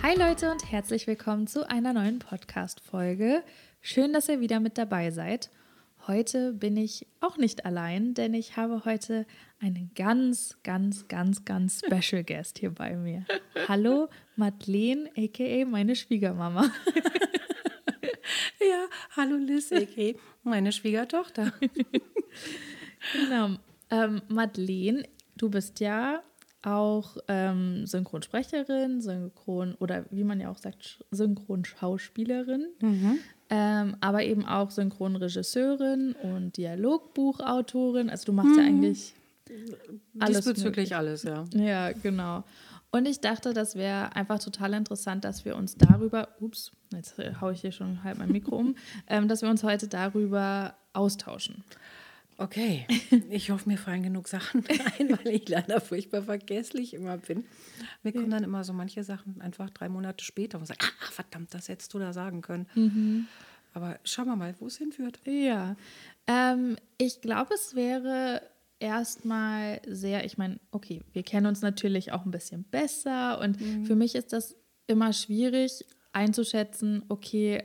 Hi Leute und herzlich willkommen zu einer neuen Podcast-Folge. Schön, dass ihr wieder mit dabei seid. Heute bin ich auch nicht allein, denn ich habe heute einen ganz Special Guest hier bei mir. Hallo Madeleine, a.k.a. meine Schwiegermama. Ja, hallo Liz, a.k.a. meine Schwiegertochter. Genau. Madeleine, du bist ja auch Synchronsprecherin, oder wie man ja auch sagt, Synchronschauspielerin, aber eben auch Synchronregisseurin und Dialogbuchautorin. Also du machst ja eigentlich alles Diesbezüglich möglich. alles, ja. Ja, genau. Und ich dachte, das wäre einfach total interessant, dass wir uns darüber, jetzt haue ich hier schon halb mein Mikro um, dass wir uns heute darüber austauschen. Okay, ich hoffe, mir fallen genug Sachen ein, weil ich leider furchtbar vergesslich immer bin. Mir kommen dann immer so manche Sachen einfach 3 Monate später und sagen, verdammt, das hättest du da sagen können. Aber schauen wir mal, wo es hinführt. Ja, ich glaube, es wäre erstmal ich meine, okay, wir kennen uns natürlich auch ein bisschen besser und für mich ist das immer schwierig einzuschätzen, okay,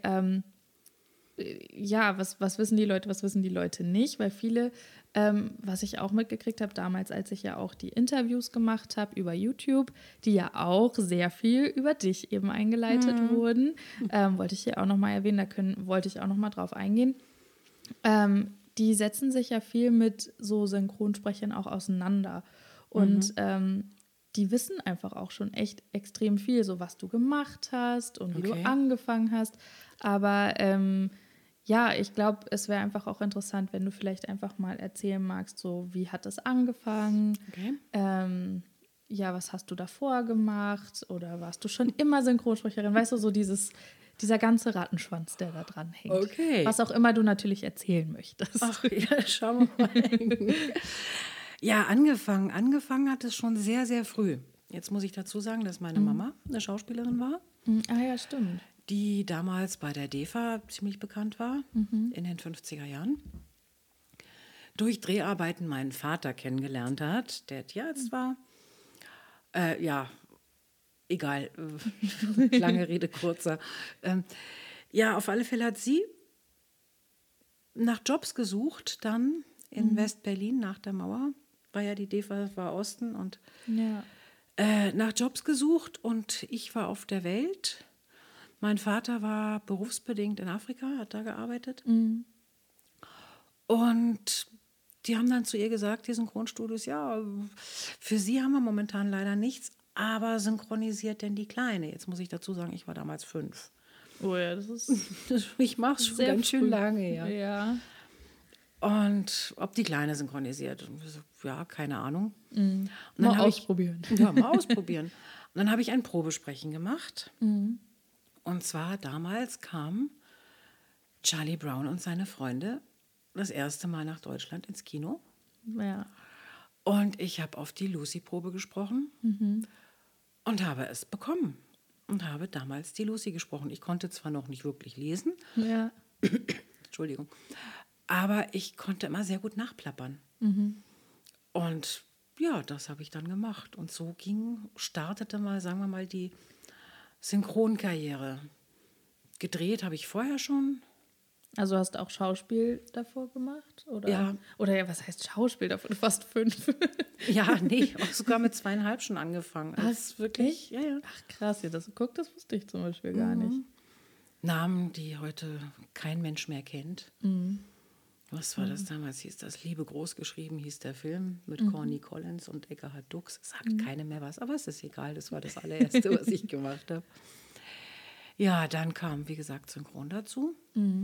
ja, was wissen die Leute, was wissen die Leute nicht, weil viele, was ich auch mitgekriegt habe damals, als ich ja auch die Interviews gemacht habe über YouTube, die ja auch sehr viel über dich eben eingeleitet wurden, wollte ich hier auch nochmal erwähnen, wollte ich auch nochmal drauf eingehen. Die setzen sich ja viel mit so Synchronsprechern auch auseinander und die wissen einfach auch schon echt extrem viel, so was du gemacht hast und wie du angefangen hast, aber ja, ich glaube, es wäre einfach auch interessant, wenn du vielleicht einfach mal erzählen magst, so wie hat das angefangen? Okay. Ja, was hast du davor gemacht? Oder warst du schon immer Synchronsprecherin? Weißt du, so dieser ganze Rattenschwanz, der da dran hängt. Okay. Was auch immer du natürlich erzählen möchtest. Ach ja, schauen wir mal. Ja, angefangen hat es schon sehr, sehr früh. Jetzt muss ich dazu sagen, dass meine Mama eine Schauspielerin war, Ah ja, stimmt. die damals bei der DEFA ziemlich bekannt war, in den 50er Jahren. Durch Dreharbeiten meinen Vater kennengelernt hat, der Tierarzt war. Ja, egal, lange Rede, kurzer. Ja, auf alle Fälle hat sie nach Jobs gesucht, dann in West-Berlin nach der Mauer. War ja die DEFA, war Osten und Ja. nach Jobs gesucht und ich war auf der Welt. Mein Vater war berufsbedingt in Afrika, hat da gearbeitet. Und die haben dann zu ihr gesagt, die Synchronstudios, ja, für sie haben wir momentan leider nichts, aber synchronisiert denn die Kleine? Jetzt muss ich dazu sagen, ich war damals 5. Oh ja, das ist Ich mache es schon sehr ganz schön früh. lange, ja. Ja. Und ob die Kleine synchronisiert? Und wir so, ja, keine Ahnung. Mhm. Und dann Mal habe ausprobieren. Ja, mal ausprobieren. Und dann habe ich ein Probesprechen gemacht. Und zwar damals kam Charlie Brown und seine Freunde das erste Mal nach Deutschland ins Kino. Ja. Und ich habe auf die Lucy-Probe gesprochen und habe es bekommen. Und habe damals die Lucy gesprochen. Ich konnte zwar noch nicht wirklich lesen, Ja. Entschuldigung, aber ich konnte immer sehr gut nachplappern. Und ja, das habe ich dann gemacht. Und so startete mal, sagen wir mal, die Synchronkarriere. Gedreht habe ich vorher schon. Also hast du auch Schauspiel davor gemacht? Oder? Ja. Oder ja, was heißt Schauspiel davor? Du warst 5. Ja, nee, auch sogar mit 2,5 schon angefangen. Was, wirklich? Ja, ja. Ach krass, ja, das wusste ich zum Beispiel gar nicht. Namen, die heute kein Mensch mehr kennt. Was war das damals? Hieß das Liebe groß geschrieben, hieß der Film mit Corny Collins und Eckhard Dux. Sagt keinem mehr was, aber es ist egal, das war das allererste, was ich gemacht habe. Ja, dann kam, wie gesagt, Synchron dazu.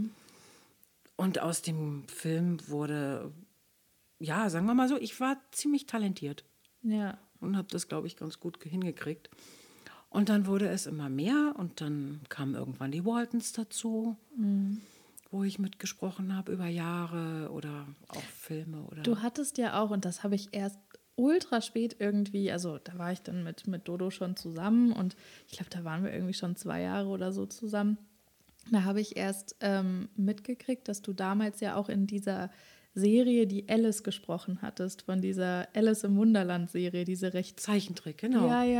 Und aus dem Film wurde, ja, sagen wir mal so, ich war ziemlich talentiert. Ja. Und habe das, glaube ich, ganz gut hingekriegt. Und dann wurde es immer mehr und dann kamen irgendwann die Waltons dazu, wo ich mitgesprochen habe über Jahre oder auch Filme. Oder Du hattest ja auch, und das habe ich erst ultra spät irgendwie, also da war ich dann mit Dodo schon zusammen und ich glaube, da waren wir irgendwie schon 2 Jahre oder so zusammen. Da habe ich erst mitgekriegt, dass du damals ja auch in dieser Serie, die Alice gesprochen hattest, von dieser Alice im Wunderland-Serie, diese recht... Zeichentrick, genau. Ja,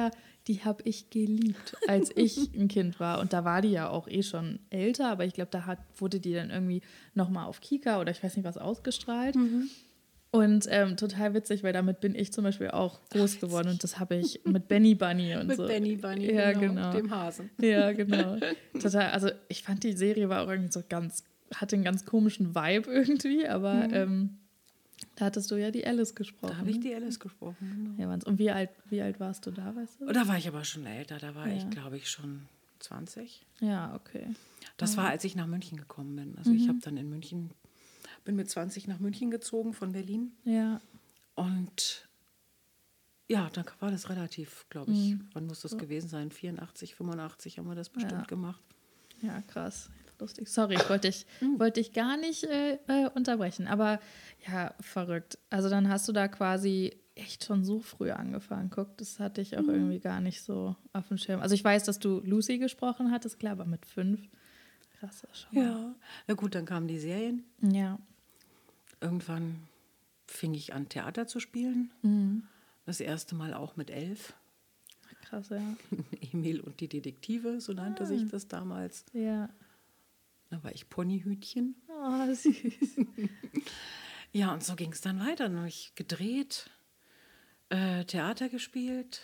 die habe ich geliebt, als ich ein Kind war. Und da war die ja auch schon älter, aber ich glaube, wurde die dann irgendwie nochmal auf Kika oder ich weiß nicht was ausgestrahlt. Und total witzig, weil damit bin ich zum Beispiel auch groß geworden und das habe ich mit Benny Bunny und so. Mit Benny Bunny, ja, genau, dem Hasen. Ja, genau. Total, also ich fand, die Serie war auch irgendwie so hatte einen ganz komischen Vibe irgendwie, aber da hattest du ja die Alice gesprochen. Da habe ich die Alice gesprochen, genau. Ja, und wie alt warst du da, weißt du? Da war ich aber schon älter, da war ich, glaube ich, schon 20. Ja, okay. Das war, als ich nach München gekommen bin. Also ich habe dann bin mit 20 nach München gezogen von Berlin. Ja. Und ja, dann war das relativ, glaube ich, wann muss das gewesen sein? 84, 85 haben wir das bestimmt gemacht. Ja, krass. Lustig. Sorry, ich wollte dich gar nicht unterbrechen. Aber ja, verrückt. Also dann hast du da quasi echt schon so früh angefangen. Guck, das hatte ich auch irgendwie gar nicht so auf dem Schirm. Also ich weiß, dass du Lucy gesprochen hattest, klar, aber mit 5. Krass, das schon. Ja, na gut, dann kamen die Serien. Ja. Irgendwann fing ich an, Theater zu spielen. Das erste Mal auch mit 11. Krass, ja. Emil und die Detektive, so nannte sich das damals. Ja. Da war ich Ponyhütchen. Oh, süß. Ja, und so ging es dann weiter. Dann habe ich gedreht, Theater gespielt,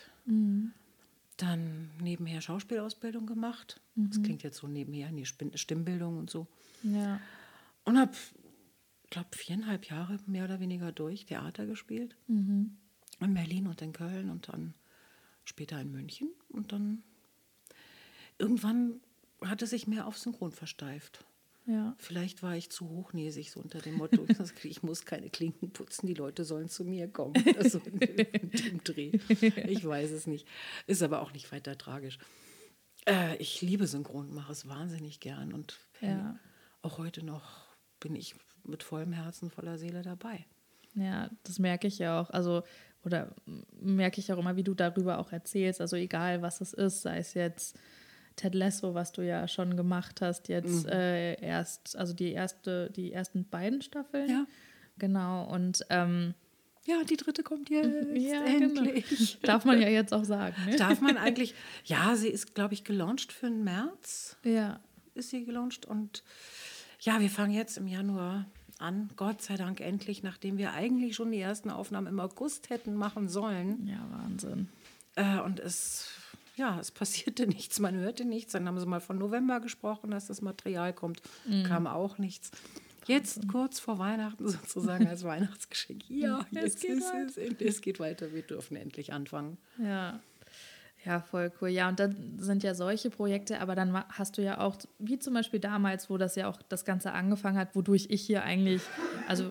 dann nebenher Schauspielausbildung gemacht. Das klingt jetzt so nebenher, Stimmbildung und so. Ja. Und habe, glaube 4,5 Jahre mehr oder weniger durch Theater gespielt. In Berlin und in Köln und dann später in München. Und dann irgendwann hat es sich mehr auf Synchron versteift. Ja. Vielleicht war ich zu hochnäsig, so unter dem Motto, ich muss keine Klinken putzen, die Leute sollen zu mir kommen. Also in dem Dreh. Ich weiß es nicht. Ist aber auch nicht weiter tragisch. Ich liebe Synchron, mache es wahnsinnig gern. Und auch heute noch bin ich mit vollem Herzen, voller Seele dabei. Ja, das merke ich ja auch. Also, oder merke ich auch immer, wie du darüber auch erzählst. Also egal, was es ist, sei es jetzt Ted Lasso, was du ja schon gemacht hast, jetzt also die ersten beiden Staffeln. Ja. Genau, und ja, die 3. kommt jetzt, ja, endlich. Genau. Darf man ja jetzt auch sagen, ne? Darf man eigentlich, ja, sie ist, glaube ich, gelauncht für den März. Ja. Ist sie gelauncht und ja, wir fangen jetzt im Januar an, Gott sei Dank endlich, nachdem wir eigentlich schon die ersten Aufnahmen im August hätten machen sollen. Ja, Wahnsinn. Und es passierte nichts, man hörte nichts. Dann haben sie mal von November gesprochen, dass das Material kommt. Kam auch nichts. Jetzt kurz vor Weihnachten sozusagen als Weihnachtsgeschenk. Ja, jetzt es geht weiter. Wir dürfen endlich anfangen. Ja. Ja, voll cool. Ja, und dann sind ja solche Projekte, aber dann hast du ja auch, wie zum Beispiel damals, wo das ja auch das Ganze angefangen hat, wodurch ich hier eigentlich, also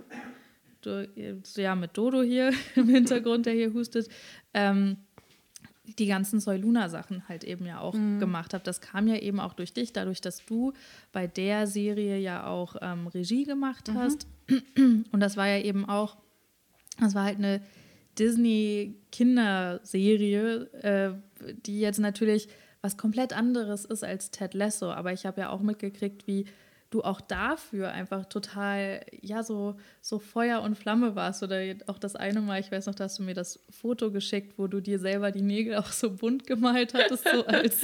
mit Dodo hier im Hintergrund, der hier hustet, die ganzen Soy Luna-Sachen halt eben ja auch gemacht habe. Das kam ja eben auch durch dich, dadurch, dass du bei der Serie ja auch Regie gemacht hast. Und das war ja eben auch, das war halt eine Disney-Kinderserie, die jetzt natürlich was komplett anderes ist als Ted Lasso. Aber ich habe ja auch mitgekriegt, wie du auch dafür einfach total, ja, so Feuer und Flamme warst. Oder auch das eine Mal, ich weiß noch, da hast du mir das Foto geschickt, wo du dir selber die Nägel auch so bunt gemalt hattest, so als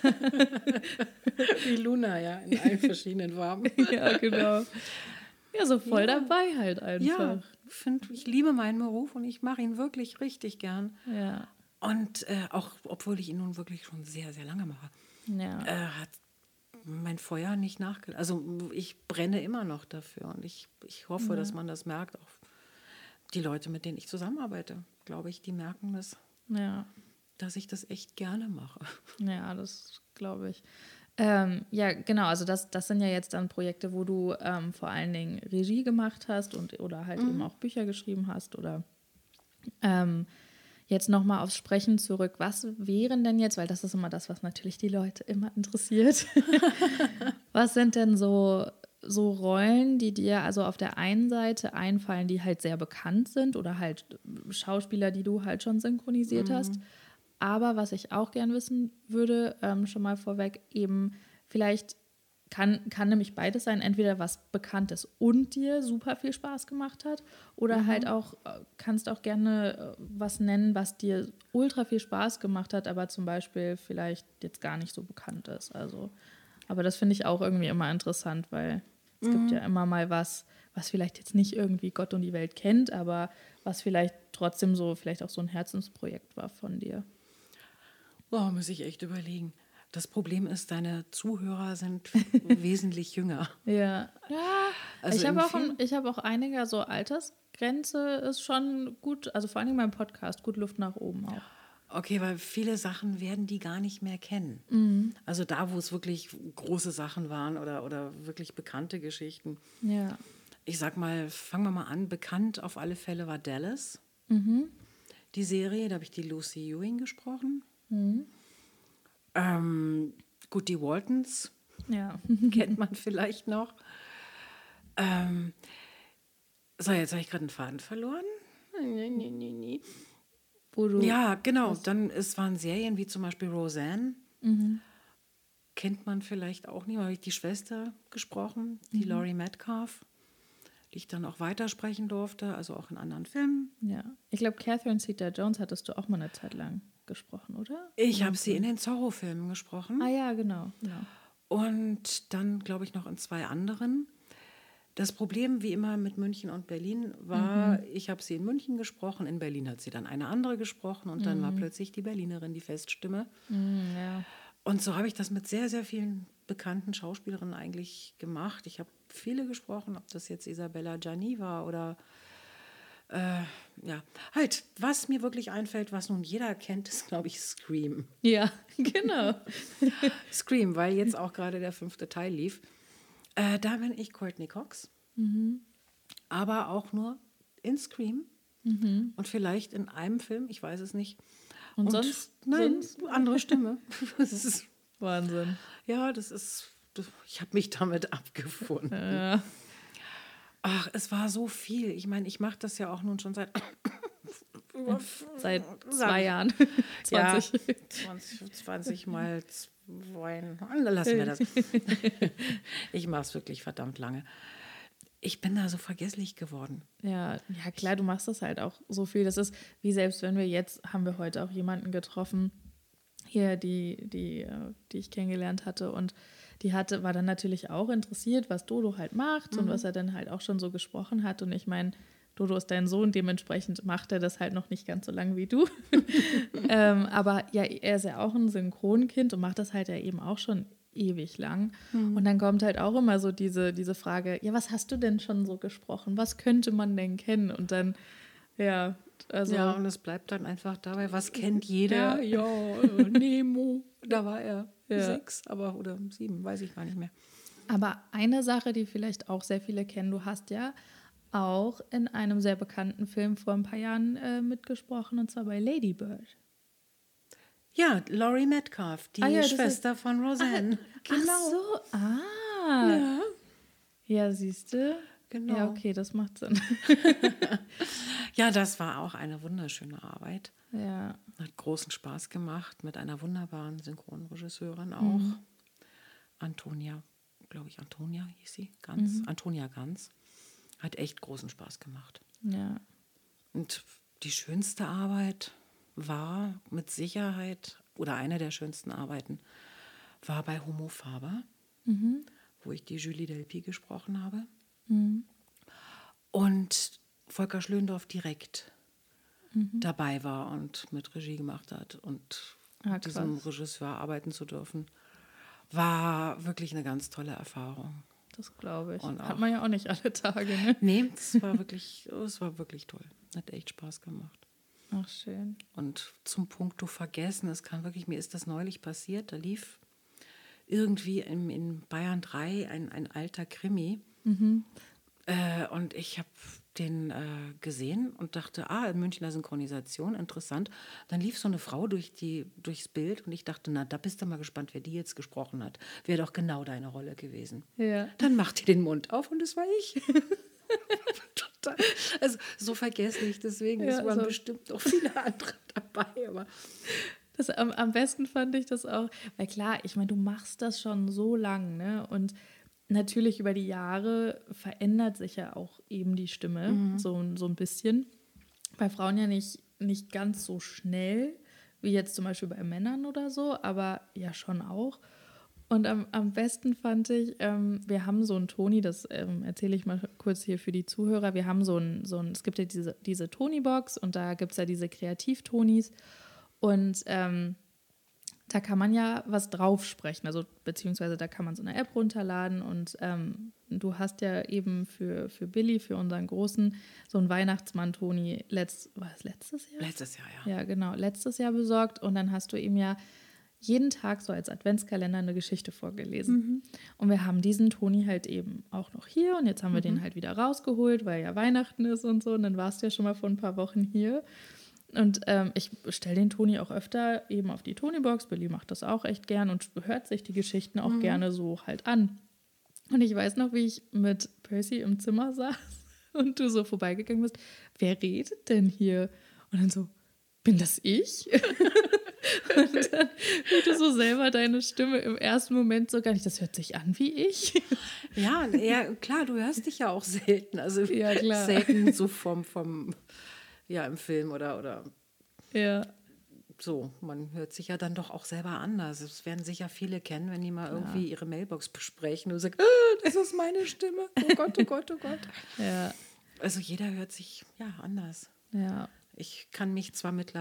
wie Luna, ja, in allen verschiedenen Farben. Ja, genau. Ja, so voll dabei halt einfach. Ja, ich liebe meinen Beruf und ich mache ihn wirklich richtig gern. Ja. Und auch, obwohl ich ihn nun wirklich schon sehr, sehr lange mache, hat mein Feuer nicht nachgelassen. Also ich brenne immer noch dafür und ich hoffe, dass man das merkt. Auch die Leute, mit denen ich zusammenarbeite, glaube ich, die merken das, dass ich das echt gerne mache. Ja, das glaube ich. Ja, genau, also das sind ja jetzt dann Projekte, wo du vor allen Dingen Regie gemacht hast oder halt eben auch Bücher geschrieben hast oder jetzt nochmal aufs Sprechen zurück. Was wären denn jetzt, weil das ist immer das, was natürlich die Leute immer interessiert, was sind denn so Rollen, die dir also auf der einen Seite einfallen, die halt sehr bekannt sind oder halt Schauspieler, die du halt schon synchronisiert hast, aber was ich auch gern wissen würde, schon mal vorweg, eben vielleicht kann nämlich beides sein, entweder was Bekanntes und dir super viel Spaß gemacht hat oder halt auch, kannst auch gerne was nennen, was dir ultra viel Spaß gemacht hat, aber zum Beispiel vielleicht jetzt gar nicht so bekannt ist. Also, aber das finde ich auch irgendwie immer interessant, weil es gibt ja immer mal was vielleicht jetzt nicht irgendwie Gott und die Welt kennt, aber was vielleicht trotzdem so, vielleicht auch so ein Herzensprojekt war von dir. Boah, muss ich echt überlegen. Das Problem ist, deine Zuhörer sind wesentlich jünger. Ja. Also Ich habe auch einige, also Altersgrenze ist schon gut, also vor allem beim Podcast, gut Luft nach oben auch. Okay, weil viele Sachen werden die gar nicht mehr kennen. Also da, wo es wirklich große Sachen waren oder wirklich bekannte Geschichten. Ja. Ich sag mal, fangen wir mal an. Bekannt auf alle Fälle war Dallas. Die Serie, da habe ich die Lucy Ewing gesprochen. Gut, die Waltons Ja. kennt man vielleicht noch. So, jetzt habe ich gerade einen Faden verloren. Wo du, Ja, genau. Dann waren Serien wie zum Beispiel Roseanne. Kennt man vielleicht auch nicht, habe ich die Schwester gesprochen, die Laurie Metcalf, die ich dann auch weitersprechen durfte, also auch in anderen Filmen. ja. Ich glaube, Catherine Zeta-Jones hattest du auch mal eine Zeit lang gesprochen, oder? Ich habe sie in den Zorro-Filmen gesprochen. Ah ja, genau. Und dann, glaube ich, noch in 2 anderen. Das Problem, wie immer mit München und Berlin, war, ich habe sie in München gesprochen, in Berlin hat sie dann eine andere gesprochen und dann war plötzlich die Berlinerin die Feststimme. Ja. Und so habe ich das mit sehr, sehr vielen bekannten Schauspielerinnen eigentlich gemacht. Ich habe viele gesprochen, ob das jetzt Isabella Gianni war oder ja, halt, was mir wirklich einfällt, was nun jeder kennt, ist, glaube ich, Scream. Ja, genau. Scream, weil jetzt auch gerade der 5. Teil lief. Da bin ich Courtney Cox, aber auch nur in Scream und vielleicht in einem Film, ich weiß es nicht. Und sonst? Nein, andere Stimme. Das ist, Wahnsinn. ja, ich habe mich damit abgefunden. Ja. Ach, es war so viel. Ich meine, ich mache das ja auch nun schon seit 2 Jahren. 20. Ja, 20 mal 2. Lassen wir das. Ich mache es wirklich verdammt lange. Ich bin da so vergesslich geworden. Ja, klar, du machst das halt auch so viel. Das ist wie selbst wenn haben wir heute auch jemanden getroffen, hier, die ich kennengelernt hatte und war dann natürlich auch interessiert, was Dodo halt macht und was er dann halt auch schon so gesprochen hat. Und ich meine, Dodo ist dein Sohn, dementsprechend macht er das halt noch nicht ganz so lange wie du. Aber ja, er ist ja auch ein Synchronkind und macht das halt ja eben auch schon ewig lang. Und dann kommt halt auch immer so diese Frage, ja, was hast du denn schon so gesprochen? Was könnte man denn kennen? Und dann, ja, also... Ja, und es bleibt dann einfach dabei, was kennt jeder? Ja, Nemo, da war er 6, oder 7, weiß ich gar nicht mehr. Aber eine Sache, die vielleicht auch sehr viele kennen, du hast ja auch in einem sehr bekannten Film vor ein paar Jahren mitgesprochen, und zwar bei Lady Bird. Ja, Laurie Metcalf, die Schwester von Roseanne. Genau. Ach so, Ja, siehst du? Genau. Ja, okay, das macht Sinn. Ja, das war auch eine wunderschöne Arbeit. Ja. Hat großen Spaß gemacht mit einer wunderbaren Synchronregisseurin auch. Antonia hieß sie, Antonia Ganz. Hat echt großen Spaß gemacht. Ja. Und die schönste Arbeit war mit Sicherheit, oder eine der schönsten Arbeiten, war bei Homo Faber, wo ich die Julie Delpy gesprochen habe. Und Volker Schlöndorff direkt dabei war und mit Regie gemacht hat. Und mit diesem Regisseur arbeiten zu dürfen, war wirklich eine ganz tolle Erfahrung. Das glaube ich. Hat man ja auch nicht alle Tage, ne? Nee, es war wirklich toll. Hat echt Spaß gemacht. Ach, schön. Und zum Punkto Vergessen, mir ist das neulich passiert, da lief irgendwie in Bayern 3 ein alter Krimi. Und ich habe den gesehen und dachte, Münchner Synchronisation, interessant. Dann lief so eine Frau durchs Bild und ich dachte, na, da bist du mal gespannt, wer die jetzt gesprochen hat. Wäre doch genau deine Rolle gewesen. Ja. Dann macht die den Mund auf und es war ich. Total. Also so vergesslich, deswegen waren bestimmt auch viele andere dabei. Aber Am besten fand ich das auch, weil klar, ich meine, du machst das schon so lang, ne? Und natürlich über die Jahre verändert sich ja auch eben die Stimme so ein bisschen. Bei Frauen ja nicht ganz so schnell, wie jetzt zum Beispiel bei Männern oder so, aber ja schon auch. Und am besten fand ich, wir haben so einen Toni, das erzähle ich mal kurz hier für die Zuhörer, wir haben es gibt ja diese Toni-Box und da gibt es ja diese Kreativ-Tonis und da kann man ja was drauf sprechen, also beziehungsweise da kann man so eine App runterladen und du hast ja eben für Billy, für unseren Großen, so einen Weihnachtsmann-Toni, war das letztes Jahr? Letztes Jahr, ja. Ja, genau, letztes Jahr besorgt und dann hast du ihm ja jeden Tag so als Adventskalender eine Geschichte vorgelesen. Und wir haben diesen Toni halt eben auch noch hier und jetzt haben wir den halt wieder rausgeholt, weil ja Weihnachten ist und so und dann warst du ja schon mal vor ein paar Wochen hier. Und ich stelle den Toni auch öfter eben auf die Toni-Box. Billy macht das auch echt gern und hört sich die Geschichten auch gerne so halt an. Und ich weiß noch, wie ich mit Percy im Zimmer saß und du so vorbeigegangen bist. Wer redet denn hier? Und dann so, bin das ich? Und dann hörst du so selber deine Stimme im ersten Moment so gar nicht. Das hört sich an wie ich. Ja, klar, du hörst dich ja auch selten. Also Ja, klar. selten so vom im Film oder Ja. so. Man hört sich ja dann doch auch selber anders. Es werden sicher viele kennen, wenn die mal irgendwie ihre Mailbox besprechen und sagen, das ist meine Stimme. Oh Gott, oh Gott, oh Gott. Ja. Also jeder hört sich anders. Ja. Ich kann mich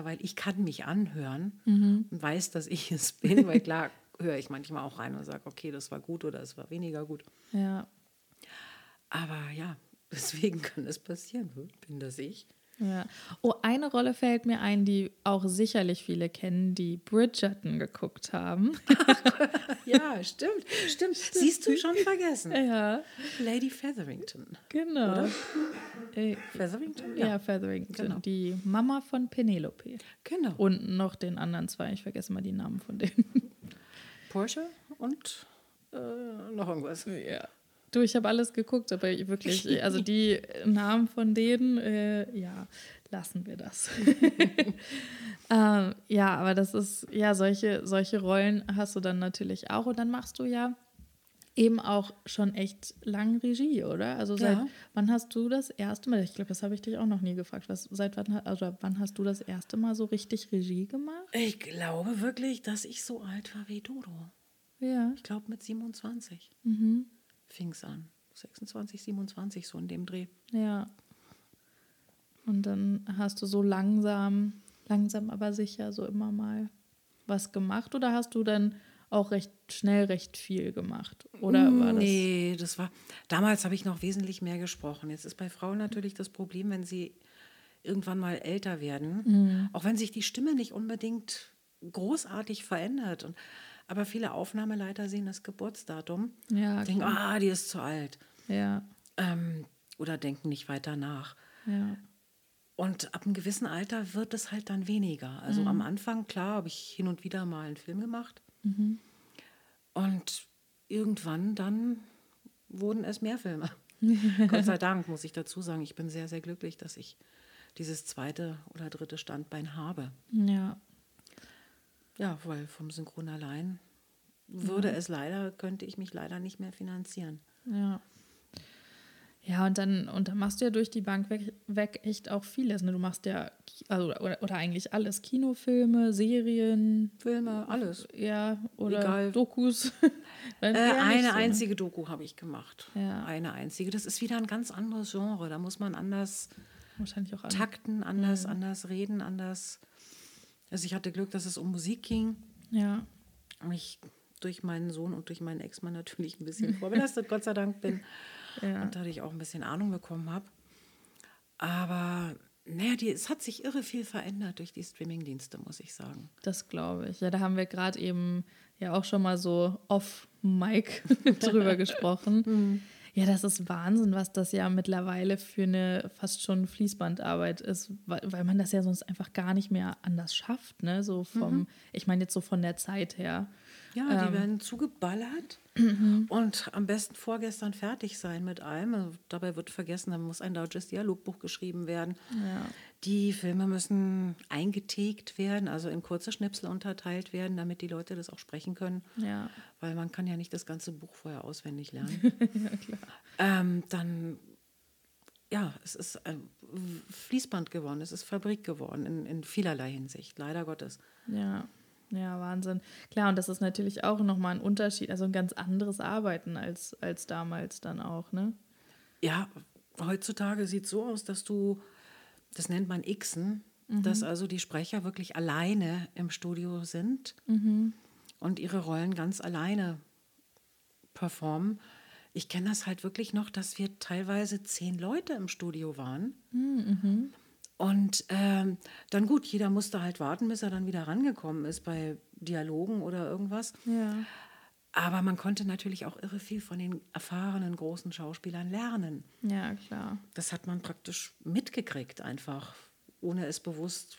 anhören und weiß, dass ich es bin, weil klar höre ich manchmal auch rein und sage, okay, das war gut oder es war weniger gut. Ja. Aber ja, deswegen kann es passieren. Bin das ich? Ja. Oh, eine Rolle fällt mir ein, die auch sicherlich viele kennen, die Bridgerton geguckt haben. Ja, stimmt. Siehst du, schon vergessen. Ja. Lady Featherington. Genau. Oder? Featherington? Ja, Featherington, Genau. die Mama von Penelope. Genau. Und noch den anderen zwei, ich vergesse mal die Namen von denen. Portia und noch irgendwas. Ja. Du, ich habe alles geguckt, aber wirklich, also die Namen von denen, lassen wir das. Ja, aber das ist, ja, solche Rollen hast du dann natürlich auch und dann machst du ja eben auch schon echt lang Regie, oder? Also wann hast du das erste Mal, ich glaube, das habe ich dich auch noch nie gefragt, wann hast du das erste Mal so richtig Regie gemacht? Ich glaube wirklich, dass ich so alt war wie Dodo. Ja. Ich glaube mit 27 fing es an. 26, 27, so in dem Dreh. Ja. Und dann hast du so langsam aber sicher so immer mal was gemacht oder hast du dann auch recht schnell recht viel gemacht? Oder war das? Nee, damals habe ich noch wesentlich mehr gesprochen. Jetzt ist bei Frauen natürlich das Problem, wenn sie irgendwann mal älter werden, auch wenn sich die Stimme nicht unbedingt großartig verändert. Aber viele Aufnahmeleiter sehen das Geburtsdatum und denken, die ist zu alt. Ja. Oder denken nicht weiter nach. Ja. Und ab einem gewissen Alter wird es halt dann weniger. Also am Anfang, klar, habe ich hin und wieder mal einen Film gemacht. Und irgendwann dann wurden es mehr Filme. Gott sei Dank, muss ich dazu sagen. Ich bin sehr, sehr glücklich, dass ich dieses 2. oder 3. Standbein habe. Ja. Ja, weil vom Synchron allein könnte ich mich leider nicht mehr finanzieren. Ja. Ja, und dann machst du ja durch die Bank weg echt auch vieles. Ne? Du machst ja, oder eigentlich alles. Kinofilme, Serien. Filme, alles. Ja, oder egal. Dokus. Eine einzige Doku habe ich gemacht. Ja. Eine einzige. Das ist wieder ein ganz anderes Genre. Da muss man anders wahrscheinlich auch takten, anders reden, anders. Also ich hatte Glück, dass es um Musik ging. Ja. Und ich durch meinen Sohn und durch meinen Ex-Mann natürlich ein bisschen vorbelastet, Gott sei Dank bin. Ja. Und dadurch auch ein bisschen Ahnung bekommen habe. Aber es hat sich irre viel verändert durch die Streamingdienste, muss ich sagen. Das glaube ich. Ja, da haben wir gerade eben ja auch schon mal so off-Mic drüber gesprochen. Ja, das ist Wahnsinn, was das ja mittlerweile für eine fast schon Fließbandarbeit ist, weil man das ja sonst einfach gar nicht mehr anders schafft, ne? So ich meine jetzt so von der Zeit her. Ja, die werden zugeballert und am besten vorgestern fertig sein mit allem. Also dabei wird vergessen, da muss ein deutsches Dialogbuch geschrieben werden. Ja. Die Filme müssen eingetägt werden, also in kurze Schnipsel unterteilt werden, damit die Leute das auch sprechen können. Ja. Weil man kann ja nicht das ganze Buch vorher auswendig lernen. Ja, klar. Dann, ja, es ist ein Fließband geworden, es ist Fabrik geworden in vielerlei Hinsicht, leider Gottes. Ja. Ja, Wahnsinn. Klar, und das ist natürlich auch nochmal ein Unterschied, also ein ganz anderes Arbeiten als damals dann auch, ne? Ja, heutzutage sieht es so aus, dass das nennt man Xen, dass also die Sprecher wirklich alleine im Studio sind und ihre Rollen ganz alleine performen. Ich kenne das halt wirklich noch, dass wir teilweise 10 Leute im Studio waren. Und dann gut, jeder musste halt warten, bis er dann wieder rangekommen ist bei Dialogen oder irgendwas. Ja. Aber man konnte natürlich auch irre viel von den erfahrenen großen Schauspielern lernen. Ja, klar. Das hat man praktisch mitgekriegt einfach, ohne es bewusst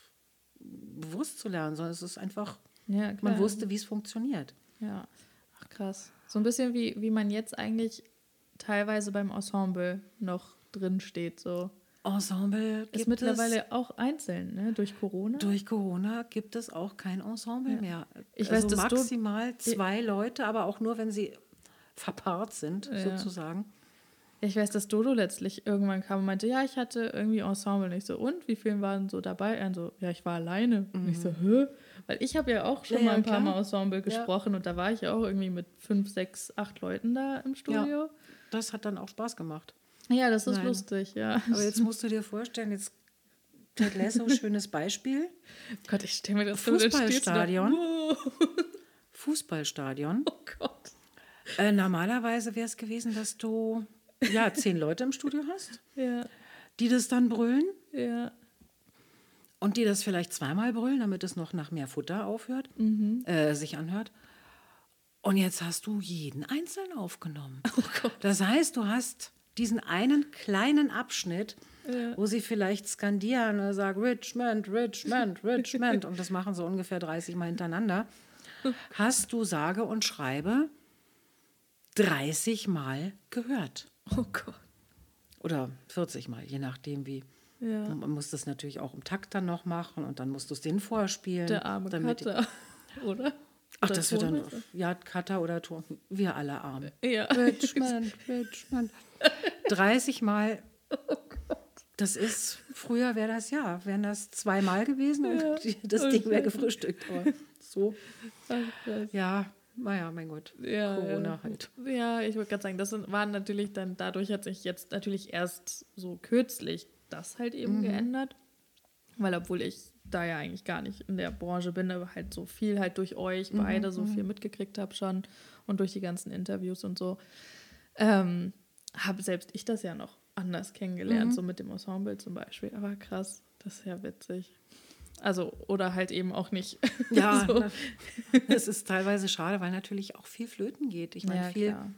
zu lernen, sondern es ist einfach, Ja, klar. man wusste, wie es funktioniert. Ja, ach krass. So ein bisschen wie man jetzt eigentlich teilweise beim Ensemble noch drin steht, so. Ensemble Ist mittlerweile auch einzeln, ne? Durch Corona. Durch Corona gibt es auch kein Ensemble mehr. Ich also weiß, dass maximal 2 Leute, aber auch nur, wenn sie verpaart sind, sozusagen. Ich weiß, dass Dodo letztlich irgendwann kam und meinte, ja, ich hatte irgendwie Ensemble. Und ich so, und? Wie viele waren so dabei? Er so, ja, ich war alleine. Und ich so, hä? Weil ich habe ja auch schon mal ein paar Mal Ensemble gesprochen und da war ich ja auch irgendwie mit 5, 6, 8 Leuten da im Studio. Ja, das hat dann auch Spaß gemacht. Ja, das ist lustig, ja. Aber jetzt musst du dir vorstellen, jetzt Ted Lasso, schönes Beispiel. Gott, ich stelle mir das Fußballstadion. Wow. Fußballstadion. Oh Gott. Normalerweise wäre es gewesen, dass du 10 Leute im Studio hast, Ja, die das dann brüllen ja. und die das vielleicht zweimal brüllen, damit es noch nach mehr Futter aufhört, sich anhört. Und jetzt hast du jeden einzeln aufgenommen. Oh Gott. Das heißt, du hast diesen einen kleinen Abschnitt, wo sie vielleicht skandieren oder sagen, Richmond, Richmond, Richmond, und das machen sie ungefähr 30 Mal hintereinander, hast du sage und schreibe 30 Mal gehört. Oh Gott. Oder 40 Mal, je nachdem wie. Ja. Und man muss das natürlich auch im Takt dann noch machen und dann musst du es denen vorspielen. Der arme Cutter, oder? Ach, das wird dann, Cutter oder Ton, wir alle arm. Ja. Richmond, Richmond. 30 Mal. Das ist, früher wären das 2 Mal gewesen und das Ding wäre gefrühstückt. Aber so, ja, naja, mein Gott, Corona halt. Ja, ich wollte gerade sagen, das waren natürlich dann, dadurch hat sich jetzt natürlich erst so kürzlich das halt eben geändert. Weil obwohl ich da ja eigentlich gar nicht in der Branche bin, aber halt so viel halt durch euch beide so viel mitgekriegt habe schon und durch die ganzen Interviews und so, habe selbst ich das ja noch anders kennengelernt, so mit dem Ensemble zum Beispiel. Aber krass, das ist ja witzig. Also, oder halt eben auch nicht. Ja, so. Es ist teilweise schade, weil natürlich auch viel flöten geht. Ich meine, viel klar.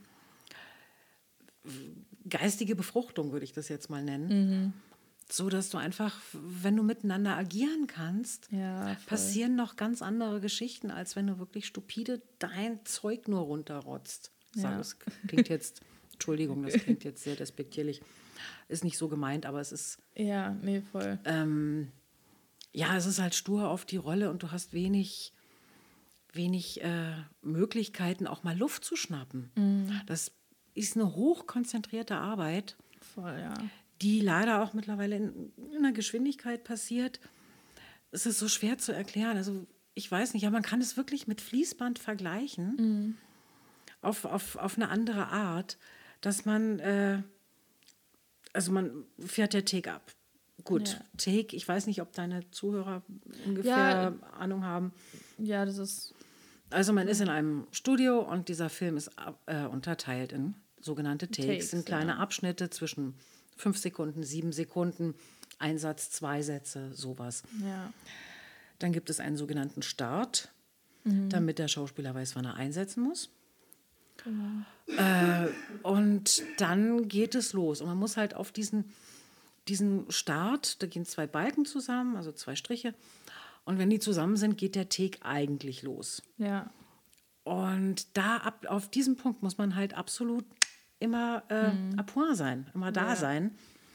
geistige Befruchtung würde ich das jetzt mal nennen. So, dass du einfach, wenn du miteinander agieren kannst, passieren noch ganz andere Geschichten, als wenn du wirklich stupide dein Zeug nur runterrotzt. Das klingt jetzt, Entschuldigung, das klingt jetzt sehr despektierlich. Ist nicht so gemeint, aber es ist... Ja, nee, voll. Es ist halt stur auf die Rolle und du hast wenig Möglichkeiten, auch mal Luft zu schnappen. Das ist eine hochkonzentrierte Arbeit, Voll, ja. die leider auch mittlerweile in einer Geschwindigkeit passiert. Es ist so schwer zu erklären. Also ich weiß nicht, ja, man kann es wirklich mit Fließband vergleichen, auf eine andere Art, dass man, man fährt der Take ab. Gut, Take, ich weiß nicht, ob deine Zuhörer ungefähr Ahnung haben. Ja, das ist... Also man ist in einem Studio und dieser Film ist unterteilt in sogenannte Takes, sind kleine Abschnitte zwischen 5 Sekunden, 7 Sekunden, ein Satz, 2 Sätze, sowas. Ja. Dann gibt es einen sogenannten Start, damit der Schauspieler weiß, wann er einsetzen muss. Genau. Und dann geht es los. Und man muss halt auf diesen Start, da gehen 2 Balken zusammen, also 2 Striche. Und wenn die zusammen sind, geht der Take eigentlich los. Ja. Und auf diesem Punkt muss man halt absolut immer à point sein, immer da sein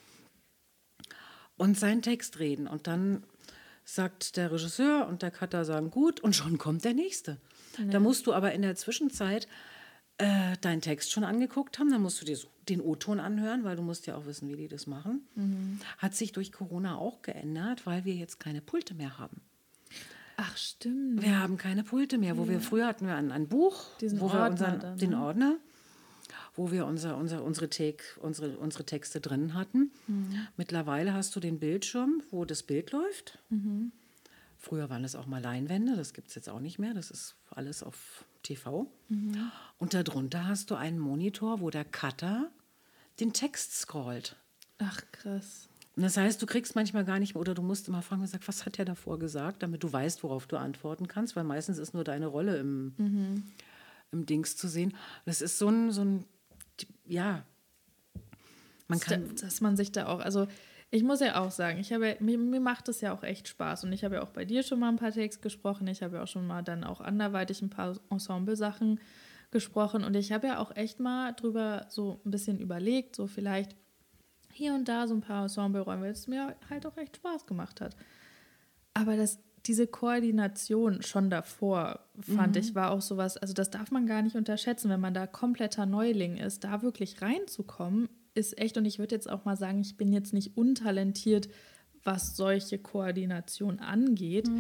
und seinen Text reden. Und dann sagt der Regisseur und der Cutter sagen, gut, und schon kommt der Nächste. Ja. Da musst du aber in der Zwischenzeit deinen Text schon angeguckt haben, dann musst du dir den O-Ton anhören, weil du musst ja auch wissen, wie die das machen. Hat sich durch Corona auch geändert, weil wir jetzt keine Pulte mehr haben. Ach, stimmt. Wir haben keine Pulte mehr, früher hatten wir ein Buch, Diesen wo wir Ordner dann, den Ordner, wo wir unsere Texte drin hatten. Mittlerweile hast du den Bildschirm, wo das Bild läuft. Früher waren es auch mal Leinwände, das gibt es jetzt auch nicht mehr, das ist alles auf TV. Und darunter hast du einen Monitor, wo der Cutter den Text scrollt. Ach, krass. Und das heißt, du kriegst manchmal gar nicht mehr, oder du musst immer fragen, was hat der davor gesagt, damit du weißt, worauf du antworten kannst, weil meistens ist nur deine Rolle im Dings zu sehen. Das ist so ein ja, man kann... Dass man sich da auch, also ich muss ja auch sagen, mir macht es ja auch echt Spaß und ich habe ja auch bei dir schon mal ein paar Takes gesprochen, ich habe ja auch schon mal dann auch anderweitig ein paar Ensemble-Sachen gesprochen und ich habe ja auch echt mal drüber so ein bisschen überlegt, so vielleicht hier und da so ein paar Ensemble-Räume, weil es mir halt auch echt Spaß gemacht hat. Aber diese Koordination schon davor, fand ich, war auch sowas, also das darf man gar nicht unterschätzen, wenn man da kompletter Neuling ist, da wirklich reinzukommen, ist echt, und ich würde jetzt auch mal sagen, ich bin jetzt nicht untalentiert, was solche Koordination angeht,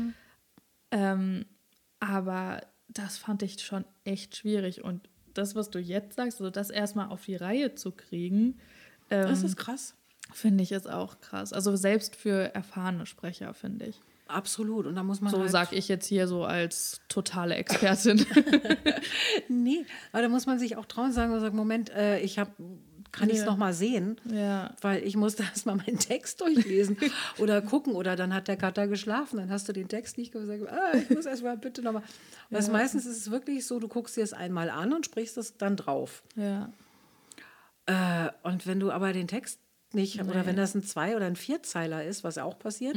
aber das fand ich schon echt schwierig und das, was du jetzt sagst, also das erstmal auf die Reihe zu kriegen, das ist krass. Finde ich, ist auch krass. Also selbst für erfahrene Sprecher, finde ich. Absolut. Und da muss man so sage ich jetzt hier so als totale Expertin. Nee, aber da muss man sich auch trauen, sagen, Moment, kann ich es nochmal sehen? Ja. Weil ich musste erstmal meinen Text durchlesen oder gucken. Oder dann hat der Cutter geschlafen, dann hast du den Text nicht gesagt, ich muss erstmal bitte nochmal. Ja. Meistens ist es wirklich so, du guckst dir es einmal an und sprichst es dann drauf. Ja. Und wenn du aber den Text nicht, oder wenn das ein 2- oder ein 4-Zeiler ist, was auch passiert,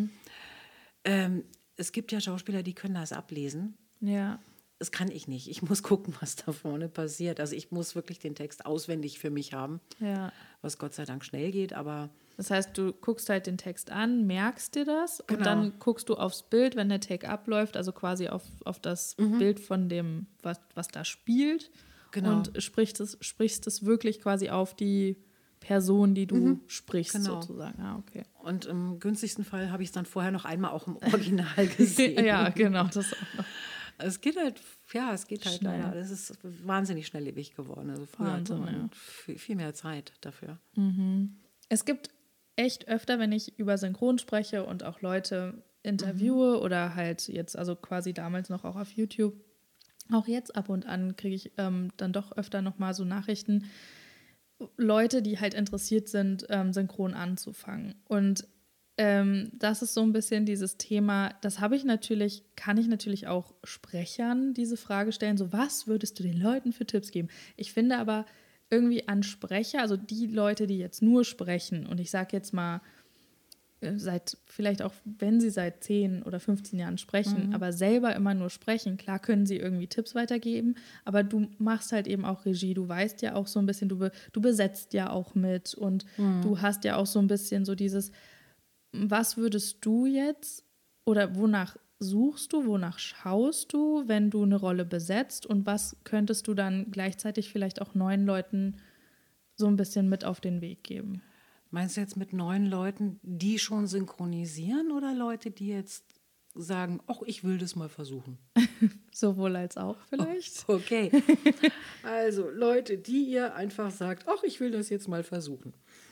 es gibt ja Schauspieler, die können das ablesen. Ja. Das kann ich nicht. Ich muss gucken, was da vorne passiert. Also ich muss wirklich den Text auswendig für mich haben, was Gott sei Dank schnell geht, aber... Das heißt, du guckst halt den Text an, merkst dir das und genau. dann guckst du aufs Bild, wenn der Take abläuft, also quasi auf das Bild von dem, was da spielt. Genau. Und sprichst es wirklich quasi auf die Person, die du sprichst, sozusagen. Ah, okay. Und im günstigsten Fall habe ich es dann vorher noch einmal auch im Original gesehen. Ja, genau, das auch noch. Es geht halt leider. Das ist wahnsinnig schnelllebig geworden. Also früher hatte man viel mehr Zeit dafür. Es gibt echt öfter, wenn ich über Synchron spreche und auch Leute interviewe oder halt jetzt, also quasi damals noch auch auf YouTube, auch jetzt ab und an kriege ich dann doch öfter nochmal so Nachrichten, Leute, die halt interessiert sind, synchron anzufangen. Und das ist so ein bisschen dieses Thema, kann ich natürlich auch Sprechern diese Frage stellen, so was würdest du den Leuten für Tipps geben? Ich finde aber irgendwie an Sprecher, also die Leute, die jetzt nur sprechen, und ich sage jetzt mal, vielleicht auch, wenn sie seit 10 oder 15 Jahren sprechen, aber selber immer nur sprechen, klar können sie irgendwie Tipps weitergeben, aber du machst halt eben auch Regie, du weißt ja auch so ein bisschen, du besetzt ja auch mit und du hast ja auch so ein bisschen so dieses, was würdest du jetzt oder wonach suchst du, wonach schaust du, wenn du eine Rolle besetzt und was könntest du dann gleichzeitig vielleicht auch neuen Leuten so ein bisschen mit auf den Weg geben? Meinst du jetzt mit neuen Leuten, die schon synchronisieren oder Leute, die jetzt sagen, ach, ich will das mal versuchen? Sowohl als auch vielleicht. Oh, okay. Also Leute, die ihr einfach sagt, ach, ich will das jetzt mal versuchen.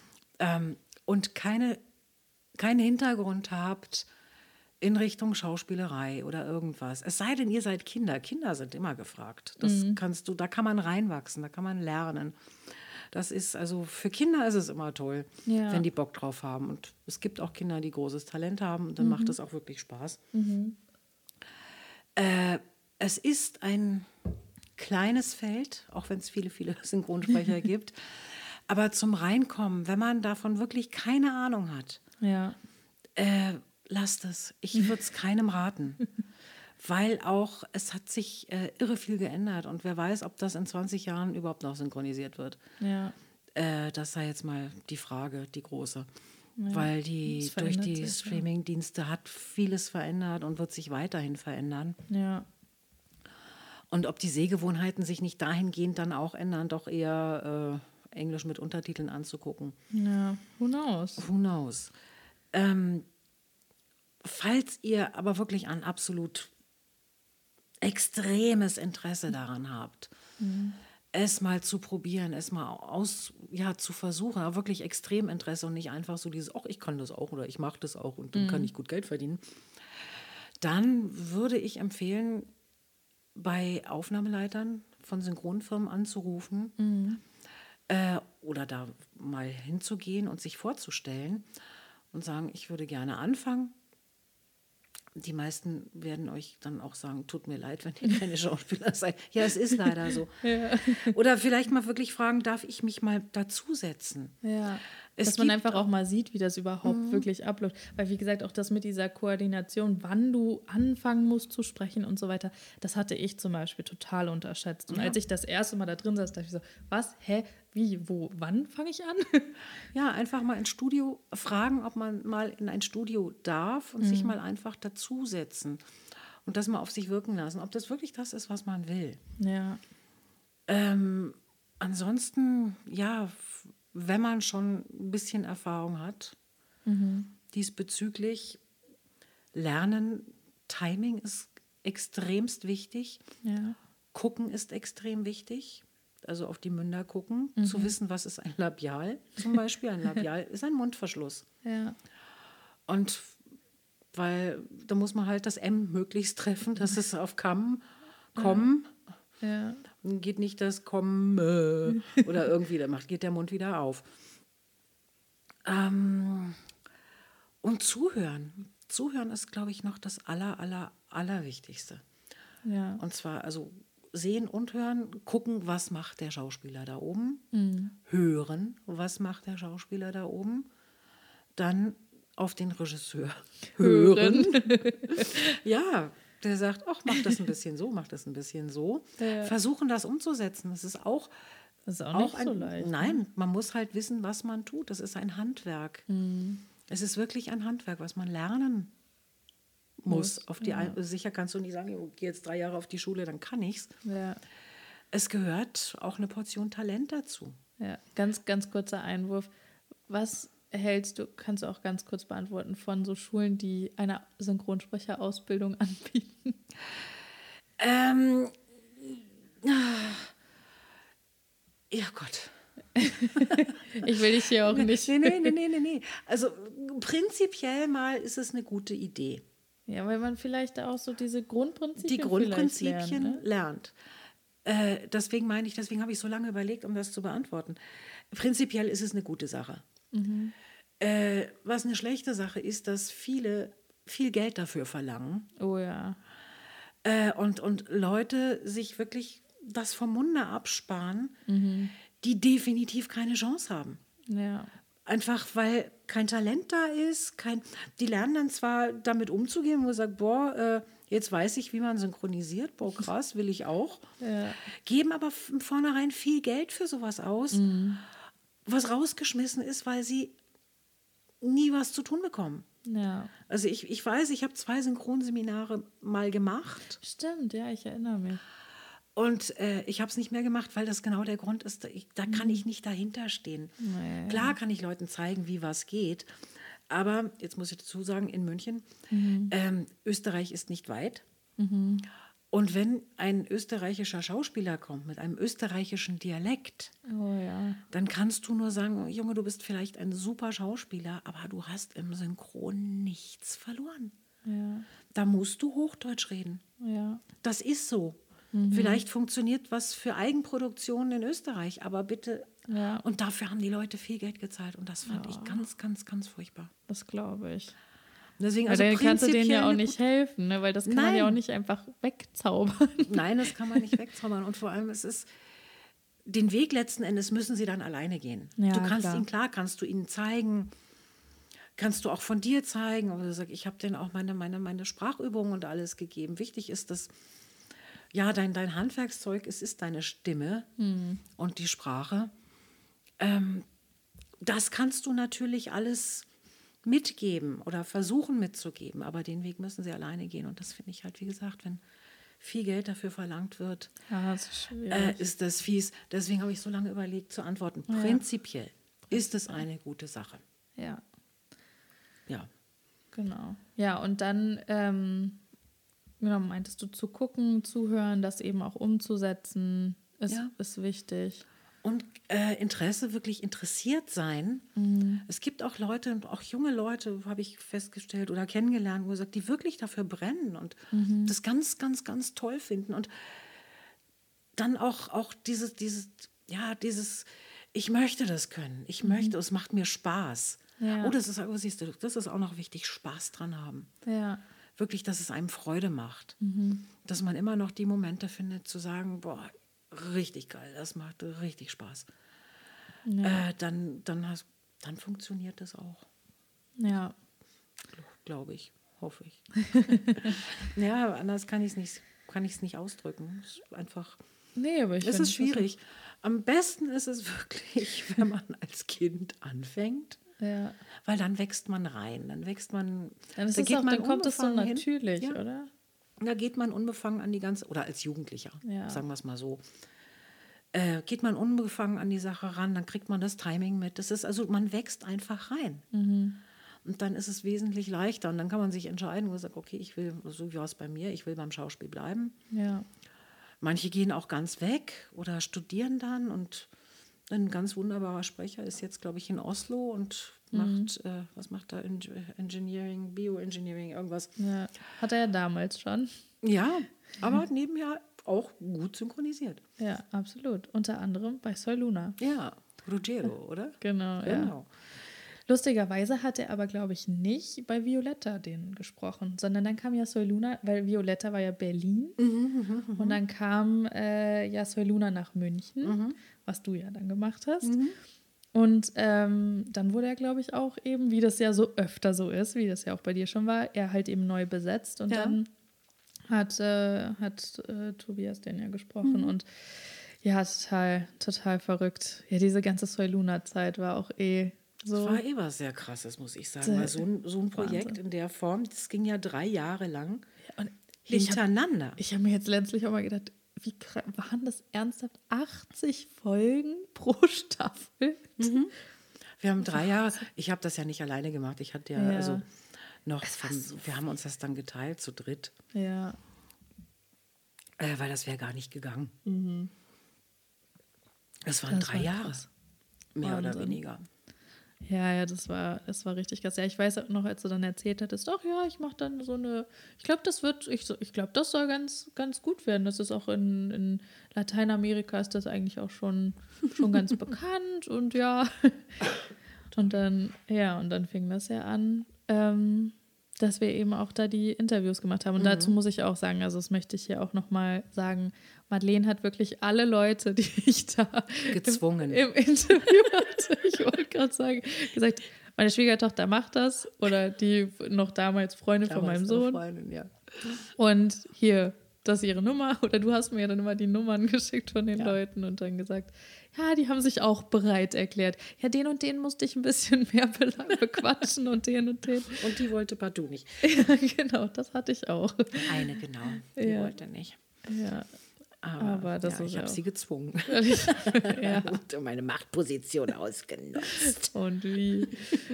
Und keinen Hintergrund habt in Richtung Schauspielerei oder irgendwas. Es sei denn, ihr seid Kinder. Kinder sind immer gefragt. Da kann man reinwachsen, da kann man lernen. Das ist, also für Kinder ist es immer toll, wenn die Bock drauf haben. Und es gibt auch Kinder, die großes Talent haben und dann macht es auch wirklich Spaß. Es ist ein kleines Feld, auch wenn es viele, viele Synchronsprecher gibt. Aber zum Reinkommen, wenn man davon wirklich keine Ahnung hat, lasst es. Ich würde es keinem raten. weil auch es hat sich irre viel geändert und wer weiß, ob das in 20 Jahren überhaupt noch synchronisiert wird. Ja. Das sei jetzt mal die Frage, die große. Ja, Weil es durch verändert die sich, Streaming-Dienste hat vieles verändert und wird sich weiterhin verändern. Ja. Und ob die Sehgewohnheiten sich nicht dahingehend dann auch ändern, doch eher Englisch mit Untertiteln anzugucken. Ja, who knows? Who knows? Falls ihr aber wirklich ein absolut extremes Interesse daran habt, es mal zu probieren, es mal zu versuchen, aber wirklich extrem Interesse und nicht einfach so dieses, ach, ich kann das auch oder ich mache das auch und dann kann ich gut Geld verdienen, dann würde ich empfehlen, bei Aufnahmeleitern von Synchronfirmen anzurufen oder da mal hinzugehen und sich vorzustellen und sagen, ich würde gerne anfangen. Die meisten werden euch dann auch sagen, tut mir leid, wenn ihr keine Schauspieler seid. Ja, es ist leider so. Ja. Oder vielleicht mal wirklich fragen, darf ich mich mal dazusetzen? Ja, dass man einfach auch mal sieht, wie das überhaupt wirklich abläuft. Weil, wie gesagt, auch das mit dieser Koordination, wann du anfangen musst zu sprechen und so weiter, das hatte ich zum Beispiel total unterschätzt. Und als ich das erste Mal da drin saß, dachte ich so, was, hä, wie, wo, wann fange ich an? Ja, einfach mal ins Studio fragen, ob man mal in ein Studio darf und sich mal einfach dazusetzen und das mal auf sich wirken lassen, ob das wirklich das ist, was man will. Ja. Ansonsten, ja, wenn man schon ein bisschen Erfahrung hat, diesbezüglich lernen, Timing ist extremst wichtig, Gucken ist extrem wichtig. Also auf die Münder gucken, zu wissen, was ist ein Labial zum Beispiel. Ein Labial ist ein Mundverschluss. Ja. Und weil da muss man halt das M möglichst treffen, dass es auf kommen. Ja. Geht nicht das kommen oder irgendwie, geht der Mund wieder auf. Und zuhören. Zuhören ist, glaube ich, noch das Allerwichtigste. Ja. Und zwar, also sehen und hören, gucken, was macht der Schauspieler da oben, hören, was macht der Schauspieler da oben, dann auf den Regisseur hören. Ja, der sagt, ach, mach das ein bisschen so, mach das ein bisschen so. Ja. Versuchen, das umzusetzen. Das ist auch nicht so leicht. Nein, man muss halt wissen, was man tut. Das ist ein Handwerk. Es ist wirklich ein Handwerk, was man lernen muss. Sicher kannst du nicht sagen, ich gehe jetzt 3 Jahre auf die Schule, dann kann ich's. Ja. Es gehört auch eine Portion Talent dazu. Ja, ganz, ganz kurzer Einwurf. Was hältst du, kannst du auch ganz kurz beantworten, von so Schulen, die eine Synchronsprecherausbildung anbieten? Ja Gott. Ich will dich hier auch nicht. Nee. Also prinzipiell mal ist es eine gute Idee. Ja, weil man vielleicht auch so diese Grundprinzipien lernt. Deswegen habe ich so lange überlegt, um das zu beantworten. Prinzipiell ist es eine gute Sache. Was eine schlechte Sache ist, dass viele viel Geld dafür verlangen. Oh ja. Und Leute sich wirklich das vom Munde absparen, die definitiv keine Chance haben. Ja. Einfach, weil kein Talent da ist. Die lernen dann zwar damit umzugehen, wo man sagt, jetzt weiß ich, wie man synchronisiert. Krass, will ich auch. Ja. Geben aber von vornherein viel Geld für sowas aus, was rausgeschmissen ist, weil sie nie was zu tun bekommen. Ja. Also ich weiß, ich habe 2 Synchronseminare mal gemacht. Stimmt, ja, ich erinnere mich. Und ich habe es nicht mehr gemacht, weil das genau der Grund ist, da kann ich nicht dahinter stehen. Nee. Klar kann ich Leuten zeigen, wie was geht, aber jetzt muss ich dazu sagen, in München, Österreich ist nicht weit. Und wenn ein österreichischer Schauspieler kommt mit einem österreichischen Dialekt, dann kannst du nur sagen, Junge, du bist vielleicht ein super Schauspieler, aber du hast im Synchron nichts verloren. Ja. Da musst du Hochdeutsch reden. Ja. Das ist so. Vielleicht funktioniert was für Eigenproduktionen in Österreich, aber bitte. Ja. Und dafür haben die Leute viel Geld gezahlt und das fand ich ganz, ganz, ganz furchtbar. Das glaube ich. Deswegen, also dann kannst du denen ja auch nicht helfen, ne? Weil das kann man ja auch nicht einfach wegzaubern. Nein, das kann man nicht wegzaubern. Und vor allem, den Weg letzten Endes müssen sie dann alleine gehen. Ja, du kannst kannst du ihnen zeigen, kannst du auch von dir zeigen. Oder du sagst, ich habe denen auch meine Sprachübungen und alles gegeben. Wichtig ist, dass ja, dein Handwerkszeug, es ist deine Stimme und die Sprache. Das kannst du natürlich alles mitgeben oder versuchen mitzugeben, aber den Weg müssen sie alleine gehen. Und das finde ich halt, wie gesagt, wenn viel Geld dafür verlangt wird, das ist schwierig. ist das fies. Deswegen habe ich so lange überlegt zu antworten. Prinzipiell ist es eine gute Sache. Ja. Ja. Genau. Ja, und dann genau, meintest du zu gucken, zuhören, das eben auch umzusetzen, ist wichtig. Und Interesse, wirklich interessiert sein. Es gibt auch Leute, auch junge Leute, habe ich festgestellt oder kennengelernt, wo gesagt, die wirklich dafür brennen und das ganz, ganz, ganz toll finden. Und dann auch dieses, ich möchte das können. Ich möchte, es macht mir Spaß. Ja. Oh, das ist auch noch wichtig, Spaß dran haben. Ja. Wirklich, dass es einem Freude macht. Dass man immer noch die Momente findet, zu sagen, boah, richtig geil, das macht richtig Spaß. Ja. Dann funktioniert das auch. Ja. Glaube ich, hoffe ich. Ja, anders kann ich es nicht ausdrücken. Es ist einfach. Nee, aber es ist schwierig. Am besten ist es wirklich, wenn man als Kind anfängt. Ja. Weil dann wächst man rein. Dann kommt es so natürlich, ja. oder? Da geht man unbefangen an die ganze, oder als Jugendlicher, sagen wir es mal so, geht man unbefangen an die Sache ran, dann kriegt man das Timing mit. Das ist also, man wächst einfach rein. Und dann ist es wesentlich leichter. Und dann kann man sich entscheiden, wo man sagt, okay, ich will, so wie war es bei mir, ich will beim Schauspiel bleiben. Ja. Manche gehen auch ganz weg oder studieren dann. Und ein ganz wunderbarer Sprecher ist jetzt, glaube ich, in Oslo und was macht er? Engineering, Bioengineering, irgendwas. Ja. Hat er ja damals schon. Ja, aber nebenher auch gut synchronisiert. Ja, absolut. Unter anderem bei Soy Luna. Ja, Ruggero, oder? Genau. Ja. Lustigerweise hat er aber, glaube ich, nicht bei Violetta den gesprochen, sondern dann kam ja Soy Luna, weil Violetta war ja Berlin. Und dann kam Soy Luna nach München, was du ja dann gemacht hast. Und dann wurde er, glaube ich, auch eben, wie das ja so öfter so ist, wie das ja auch bei dir schon war, er halt eben neu besetzt. Und dann hat Tobias den ja gesprochen. Und ja, total verrückt. Ja, diese ganze Soy Luna-Zeit war auch so. Das war was sehr Krasses, muss ich sagen. Weil so ein Projekt Wahnsinn. In der Form, das ging ja 3 Jahre lang hintereinander. Ich habe mir jetzt letztlich auch mal gedacht, wie waren das ernsthaft? 80 Folgen pro Staffel? Wir haben 3 Jahre, ich habe das ja nicht alleine gemacht. Ich hatte also noch, wir haben uns das dann geteilt zu dritt. Ja. Weil das wäre gar nicht gegangen. Das waren 3 Jahre. Mehr Wahnsinn. oder weniger. Ja, das war richtig krass. Ja, ich weiß auch noch, als du dann erzählt hattest, ich mache dann so eine, ich glaube, das soll ganz, ganz gut werden. Das ist auch in Lateinamerika ist das eigentlich auch schon ganz bekannt und ja. Und dann fing das ja an, dass wir eben auch da die Interviews gemacht haben. Und dazu muss ich auch sagen, also das möchte ich hier auch nochmal sagen, Madeleine hat wirklich alle Leute, die ich da gezwungen im Interview hatte, ich wollte gerade sagen, gesagt, meine Schwiegertochter macht das oder die noch damals Freundin von meinem Sohn. Freundin, ja. Und hier, das ist ihre Nummer oder du hast mir dann immer die Nummern geschickt von den Leuten und dann gesagt, ja, die haben sich auch bereit erklärt. Ja, den und den musste ich ein bisschen mehr bequatschen und den und den. Und die wollte partout nicht. Ja, genau, das hatte ich auch. Eine, genau, die wollte nicht. Ja. Aber das ist ich habe sie gezwungen. Und meine Machtposition ausgenutzt. Und wie?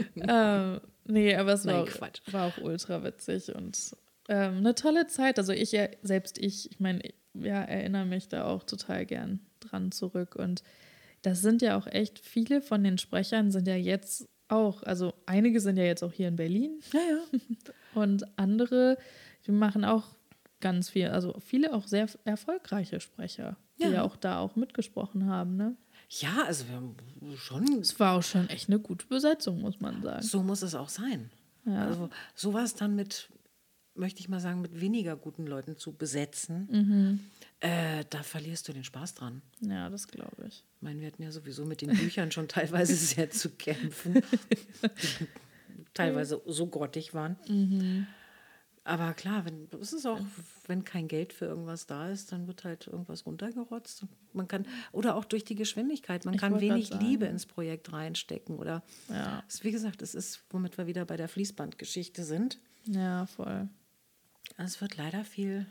Nee, aber es war auch ultra witzig und eine tolle Zeit. Also ich meine, erinnere mich da auch total gern dran zurück. Und das sind ja auch echt, viele von den Sprechern sind ja jetzt auch, also einige sind ja jetzt auch hier in Berlin. Ja. Und andere, die machen auch ganz viel, also viele auch sehr erfolgreiche Sprecher, die ja auch da auch mitgesprochen haben, ne? Ja, also wir haben schon... Es war auch schon echt eine gute Besetzung, muss man sagen. So muss es auch sein. Ja. Also sowas dann möchte ich mal sagen, mit weniger guten Leuten zu besetzen, da verlierst du den Spaß dran. Ja, das glaube ich. Ich meine, wir hatten ja sowieso mit den Büchern schon teilweise sehr zu kämpfen. teilweise so grottig waren. Aber klar, es ist auch, wenn kein Geld für irgendwas da ist, dann wird halt irgendwas runtergerotzt. Man kann, oder auch durch die Geschwindigkeit, man kann wenig Liebe ins Projekt reinstecken. Oder wie gesagt, es ist, womit wir wieder bei der Fließbandgeschichte sind. Ja, voll. Es wird leider viel,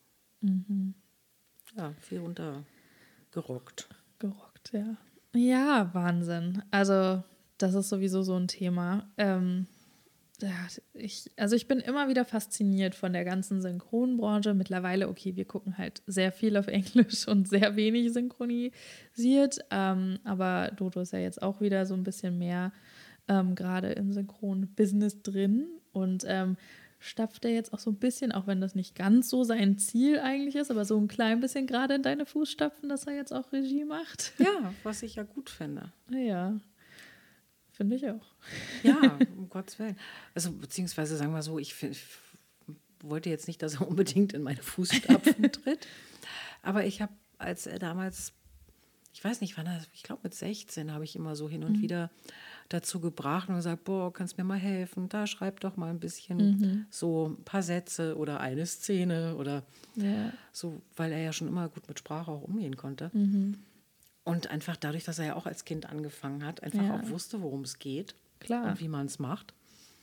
viel runtergerockt. Gerockt, ja. Ja, Wahnsinn. Also, das ist sowieso so ein Thema. Ich bin immer wieder fasziniert von der ganzen Synchronbranche. Mittlerweile, okay, wir gucken halt sehr viel auf Englisch und sehr wenig synchronisiert. Aber Dodo ist ja jetzt auch wieder so ein bisschen mehr gerade im Synchron-Business drin und stapft er jetzt auch so ein bisschen, auch wenn das nicht ganz so sein Ziel eigentlich ist, aber so ein klein bisschen gerade in deine Fußstapfen, dass er jetzt auch Regie macht. Ja, was ich ja gut finde. Ja, finde ich auch. Ja, um Gottes Willen. Also beziehungsweise sagen wir so, ich wollte jetzt nicht, dass er unbedingt in meine Fußstapfen tritt, aber ich habe, als er damals, ich weiß nicht, wann er, ich glaube mit 16 habe ich immer so hin und wieder dazu gebracht und gesagt, boah, kannst mir mal helfen, da schreib doch mal ein bisschen so ein paar Sätze oder eine Szene oder so, weil er ja schon immer gut mit Sprache auch umgehen konnte. Und einfach dadurch, dass er ja auch als Kind angefangen hat, einfach auch wusste, worum es geht. Klar. Und wie man es macht.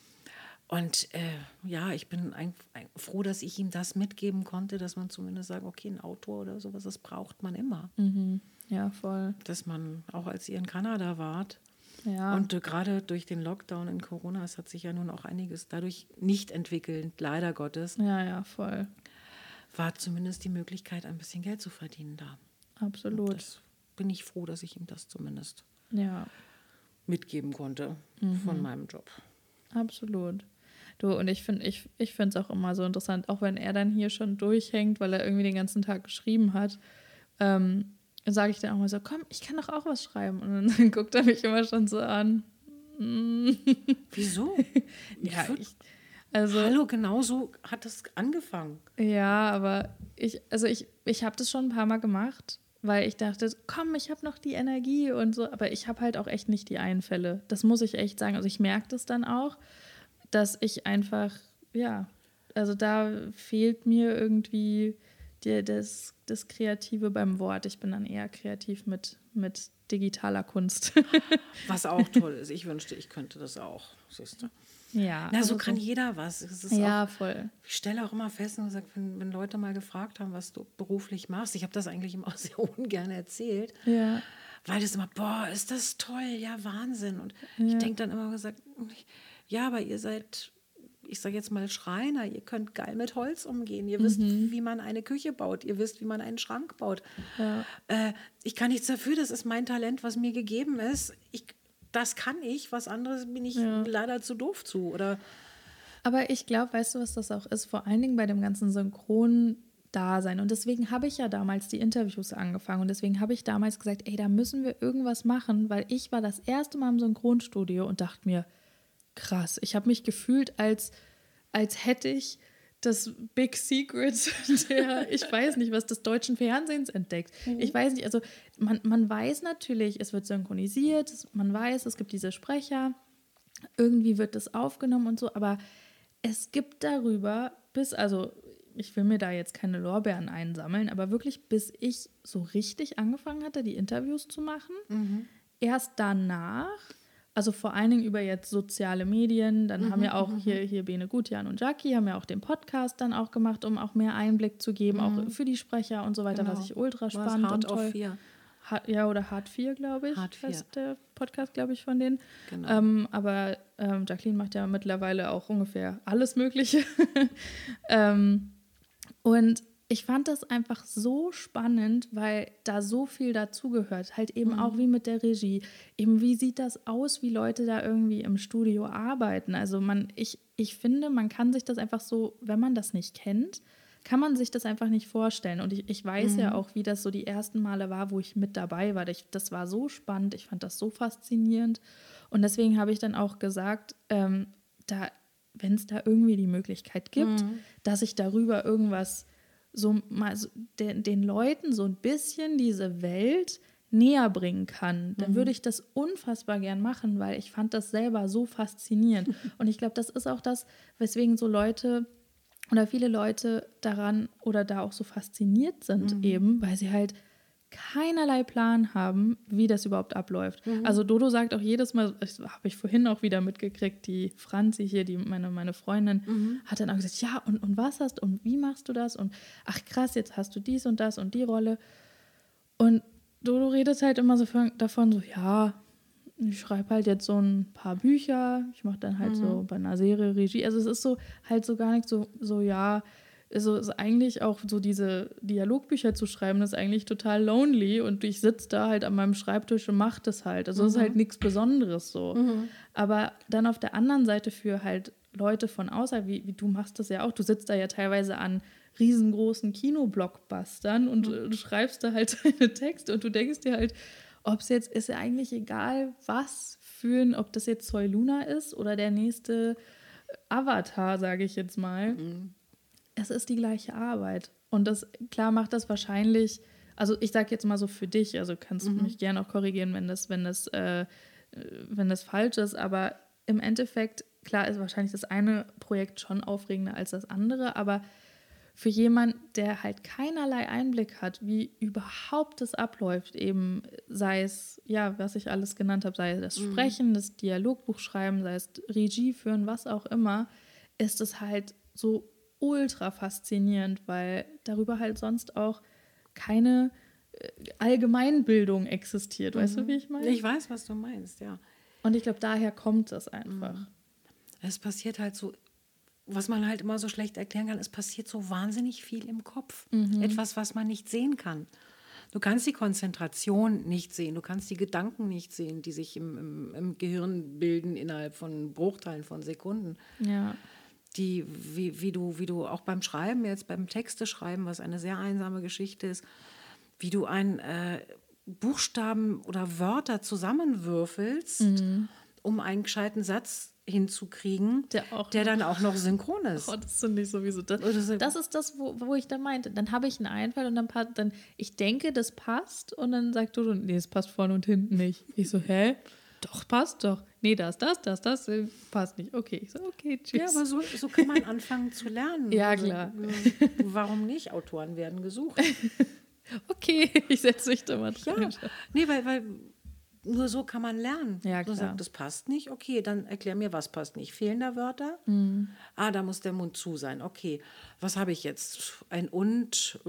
Und ich bin froh, dass ich ihm das mitgeben konnte, dass man zumindest sagt, okay, ein Autor oder sowas, das braucht man immer. Ja, voll. Dass man, auch als ihr in Kanada wart, Ja. und gerade durch den Lockdown in Corona, es hat sich ja nun auch einiges dadurch nicht entwickelt, leider Gottes. Ja, voll. War zumindest die Möglichkeit, ein bisschen Geld zu verdienen da. Absolut. Und das bin ich froh, dass ich ihm das zumindest mitgeben konnte von meinem Job. Absolut. Du, und ich finde es auch immer so interessant, auch wenn er dann hier schon durchhängt, weil er irgendwie den ganzen Tag geschrieben hat, sage ich dann auch mal so, komm, ich kann doch auch was schreiben. Und dann guckt er mich immer schon so an. Wieso? Also, Hallo, genau so hat das angefangen. Ja, aber ich habe das schon ein paar Mal gemacht, weil ich dachte, komm, ich habe noch die Energie und so, aber ich habe halt auch echt nicht die Einfälle. Das muss ich echt sagen. Also ich merke das dann auch, dass ich einfach, also da fehlt mir irgendwie das Kreative beim Wort. Ich bin dann eher kreativ mit digitaler Kunst. Was auch toll ist. Ich wünschte, ich könnte das auch, siehst du. Ja. Na, so kann jeder was. Es ist voll. Ich stelle auch immer fest, und sage, wenn Leute mal gefragt haben, was du beruflich machst, ich habe das eigentlich immer sehr ungern erzählt, weil das immer, boah, ist das toll, ja, Wahnsinn. Und ich denke dann immer gesagt, ja, aber ihr seid, ich sage jetzt mal Schreiner, ihr könnt geil mit Holz umgehen, ihr wisst, wie man eine Küche baut, ihr wisst, wie man einen Schrank baut. Ja. Ich kann nichts dafür, das ist mein Talent, was mir gegeben ist. Das kann ich, was anderes bin ich leider zu doof zu, oder? Aber ich glaube, weißt du, was das auch ist? Vor allen Dingen bei dem ganzen Synchron-Dasein. Und deswegen habe ich ja damals die Interviews angefangen. Und deswegen habe ich damals gesagt, ey, da müssen wir irgendwas machen, weil ich war das erste Mal im Synchronstudio und dachte mir, krass, ich habe mich gefühlt, als hätte ich das Big Secret ich weiß nicht, was des deutschen Fernsehens entdeckt. Ich weiß nicht, also man weiß natürlich, es wird synchronisiert, man weiß, es gibt diese Sprecher, irgendwie wird das aufgenommen und so, aber es gibt darüber also ich will mir da jetzt keine Lorbeeren einsammeln, aber wirklich bis ich so richtig angefangen hatte, die Interviews zu machen, erst danach, also vor allen Dingen über jetzt soziale Medien, dann haben ja auch hier Bene Gutjan und Jackie haben ja auch den Podcast dann auch gemacht, um auch mehr Einblick zu geben, auch für die Sprecher und so weiter, was ich ultra spannend und toll. Oder Hart 4, glaube ich, heißt der Podcast, glaube ich, von denen. Genau. Aber Jacqueline macht ja mittlerweile auch ungefähr alles Mögliche. Und ich fand das einfach so spannend, weil da so viel dazugehört. Halt eben auch wie mit der Regie. Eben wie sieht das aus, wie Leute da irgendwie im Studio arbeiten. Also ich finde, man kann sich das einfach so, wenn man das nicht kennt, kann man sich das einfach nicht vorstellen. Und ich weiß ja auch, wie das so die ersten Male war, wo ich mit dabei war. Das war so spannend, ich fand das so faszinierend. Und deswegen habe ich dann auch gesagt, wenn es da irgendwie die Möglichkeit gibt, dass ich darüber irgendwas so mal den Leuten so ein bisschen diese Welt näher bringen kann, dann würde ich das unfassbar gern machen, weil ich fand das selber so faszinierend. Und ich glaube, das ist auch das, weswegen so Leute oder viele Leute daran oder da auch so fasziniert sind eben, weil sie halt keinerlei Plan haben, wie das überhaupt abläuft. Also Dodo sagt auch jedes Mal, das habe ich vorhin auch wieder mitgekriegt, die Franzi hier, die meine Freundin, hat dann auch gesagt, ja, und was hast du und wie machst du das? Und ach krass, jetzt hast du dies und das und die Rolle. Und Dodo redet halt immer so davon, so ja, ich schreibe halt jetzt so ein paar Bücher, ich mache dann halt so bei einer Serie Regie. Also es ist so halt so gar nicht so ja, also ist eigentlich auch so diese Dialogbücher zu schreiben, das ist eigentlich total lonely und ich sitze da halt an meinem Schreibtisch und mache das halt. Also es ist halt nichts Besonderes so. Aber dann auf der anderen Seite für halt Leute von außerhalb, wie du machst das ja auch, du sitzt da ja teilweise an riesengroßen Kinoblockbustern und du schreibst da halt deine Texte und du denkst dir halt, ob es jetzt, ist ja eigentlich egal, was für ob das jetzt Soy Luna ist oder der nächste Avatar, sage ich jetzt mal. Es ist die gleiche Arbeit. Und das, klar, macht das wahrscheinlich, also ich sage jetzt mal so für dich, also kannst du mich gerne auch korrigieren, wenn das falsch ist, aber im Endeffekt, klar ist wahrscheinlich das eine Projekt schon aufregender als das andere, aber für jemanden, der halt keinerlei Einblick hat, wie überhaupt das abläuft, eben sei es, ja, was ich alles genannt habe, sei es das Sprechen, das Dialogbuch schreiben, sei es Regie führen, was auch immer, ist es halt so ultra faszinierend, weil darüber halt sonst auch keine Allgemeinbildung existiert. Weißt du, wie ich meine? Ich weiß, was du meinst, ja. Und ich glaube, daher kommt das einfach. Es passiert halt so, was man halt immer so schlecht erklären kann, es passiert so wahnsinnig viel im Kopf. Etwas, was man nicht sehen kann. Du kannst die Konzentration nicht sehen, du kannst die Gedanken nicht sehen, die sich im Gehirn bilden innerhalb von Bruchteilen von Sekunden. Ja. Wie du auch beim Schreiben, jetzt beim Texte schreiben, was eine sehr einsame Geschichte ist, wie du Buchstaben oder Wörter zusammenwürfelst, um einen gescheiten Satz hinzukriegen, der dann auch noch synchron ist. Oh, das finde ich sowieso. Das ist das, wo ich da meinte. Dann habe ich einen Einfall und dann ich denke, das passt und dann sagt du, nee, es passt vorne und hinten nicht. Ich so, hä? Doch, passt doch. Nee, das passt nicht. Okay, ich so, okay, tschüss. Ja, aber so kann man anfangen zu lernen. Ja, klar. Warum nicht? Autoren werden gesucht. Okay, ich setze mich da mal dran. Ja, nee, weil nur so kann man lernen. Ja, du klar. sagst, das passt nicht. Okay, dann erklär mir, was passt nicht. Fehlen da Wörter? Da muss der Mund zu sein. Okay, was habe ich jetzt? Ein und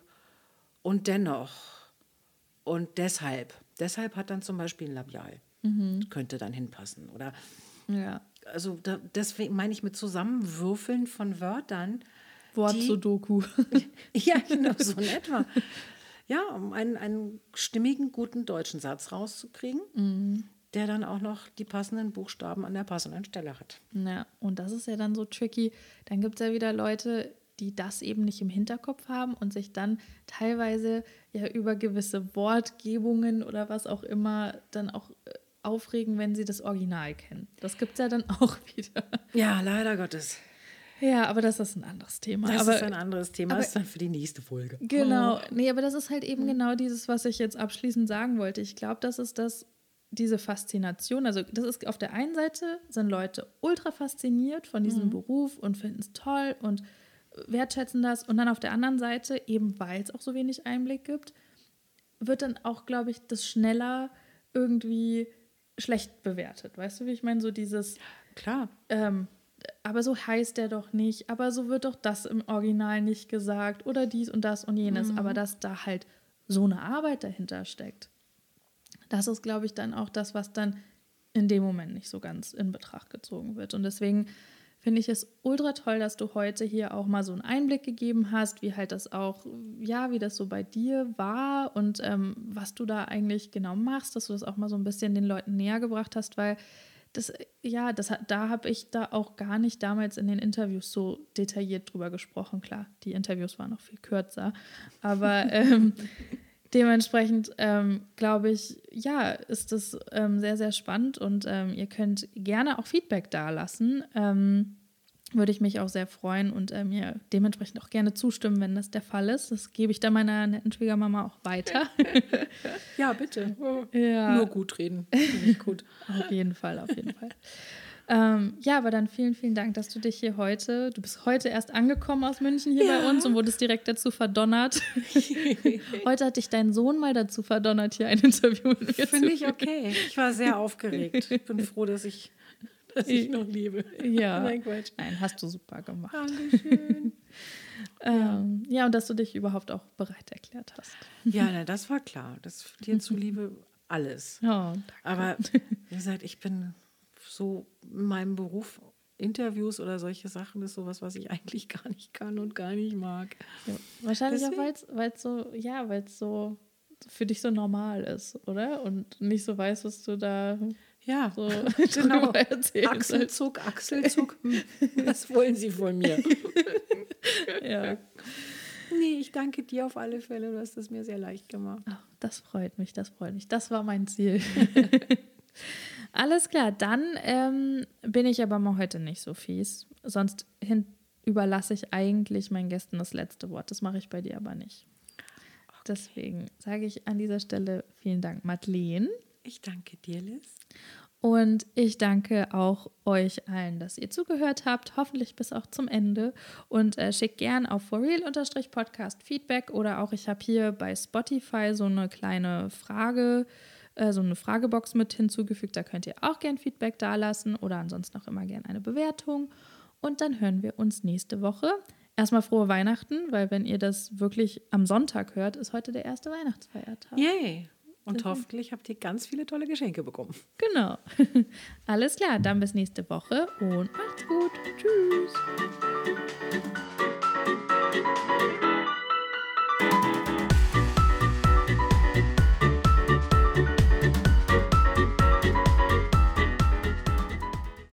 dennoch und deshalb. Deshalb hat dann zum Beispiel ein Labial. Könnte dann hinpassen. Oder ja. Also deswegen meine ich mit Zusammenwürfeln von Wörtern. Wort-Sudoku. Ja, genau, so in etwa. Ja, um einen stimmigen, guten deutschen Satz rauszukriegen, der dann auch noch die passenden Buchstaben an der passenden Stelle hat. Ja, und das ist ja dann so tricky. Dann gibt es ja wieder Leute, die das eben nicht im Hinterkopf haben und sich dann teilweise ja über gewisse Wortgebungen oder was auch immer dann auch aufregen, wenn sie das Original kennen. Das gibt es ja dann auch wieder. Ja, leider Gottes. Ja, aber das ist ein anderes Thema. Das ist ein anderes Thema, das ist dann für die nächste Folge. Genau, nee, aber das ist halt eben genau dieses, was ich jetzt abschließend sagen wollte. Ich glaube, das ist diese Faszination, also das ist auf der einen Seite, sind Leute ultra fasziniert von diesem Beruf und finden es toll und wertschätzen das. Und dann auf der anderen Seite, eben weil es auch so wenig Einblick gibt, wird dann auch, glaube ich, das schneller irgendwie schlecht bewertet. Weißt du, wie ich meine? So dieses... Klar. Aber so heißt der doch nicht, aber so wird doch das im Original nicht gesagt oder dies und das und jenes, aber dass da halt so eine Arbeit dahinter steckt, das ist, glaube ich, dann auch das, was dann in dem Moment nicht so ganz in Betracht gezogen wird. Und deswegen finde ich es ultra toll, dass du heute hier auch mal so einen Einblick gegeben hast, wie halt das auch, ja, wie das so bei dir war und was du da eigentlich genau machst, dass du das auch mal so ein bisschen den Leuten näher gebracht hast, weil da habe ich da auch gar nicht damals in den Interviews so detailliert drüber gesprochen. Klar, die Interviews waren noch viel kürzer, aber dementsprechend glaube ich, ja, ist das sehr, sehr spannend und ihr könnt gerne auch Feedback dalassen. würde ich mich auch sehr freuen und mir dementsprechend auch gerne zustimmen, wenn das der Fall ist. Das gebe ich dann meiner netten Schwiegermama auch weiter. Ja, bitte. Ja. Nur gut reden. Finde ich gut. Auf jeden Fall, auf jeden Fall. Ja, aber dann vielen, vielen Dank, dass du du bist heute erst angekommen aus München hier bei uns und wurdest direkt dazu verdonnert. Heute hat dich dein Sohn mal dazu verdonnert, hier ein Interview mit mir zu Finde ich okay. Ich war sehr aufgeregt. Ich bin froh, dass ich noch lebe. Ja, Nein, Quatsch. Nein, hast du super gemacht. Dankeschön. Ja, und dass du dich überhaupt auch bereit erklärt hast. Ja, na, das war klar. Das dir zuliebe alles. Oh, danke. Aber wie gesagt, ich bin so in meinem Beruf, Interviews oder solche Sachen, ist sowas, was ich eigentlich gar nicht kann und gar nicht mag. Ja, wahrscheinlich auch, weil es so für dich so normal ist, oder? Und nicht so weißt, was du da so genau. erzählst. Achselzuck. Was wollen Sie von mir? Ja. Nee, ich danke dir auf alle Fälle. Du hast es mir sehr leicht gemacht. Oh, das freut mich, das freut mich. Das war mein Ziel. Alles klar, dann bin ich aber mal heute nicht so fies. Sonst überlasse ich eigentlich meinen Gästen das letzte Wort. Das mache ich bei dir aber nicht. Okay. Deswegen sage ich an dieser Stelle vielen Dank, Madeleine. Ich danke dir, Liz. Und ich danke auch euch allen, dass ihr zugehört habt, hoffentlich bis auch zum Ende. Und schickt gern auf forreal_podcast Feedback oder auch, ich habe hier bei Spotify so eine kleine so eine Fragebox mit hinzugefügt. Da könnt ihr auch gern Feedback dalassen oder ansonsten auch immer gern eine Bewertung. Und dann hören wir uns nächste Woche. Erstmal frohe Weihnachten, weil wenn ihr das wirklich am Sonntag hört, ist heute der erste Weihnachtsfeiertag. Yay! Und hoffentlich habt ihr ganz viele tolle Geschenke bekommen. Genau. Alles klar, dann bis nächste Woche und macht's gut. Tschüss.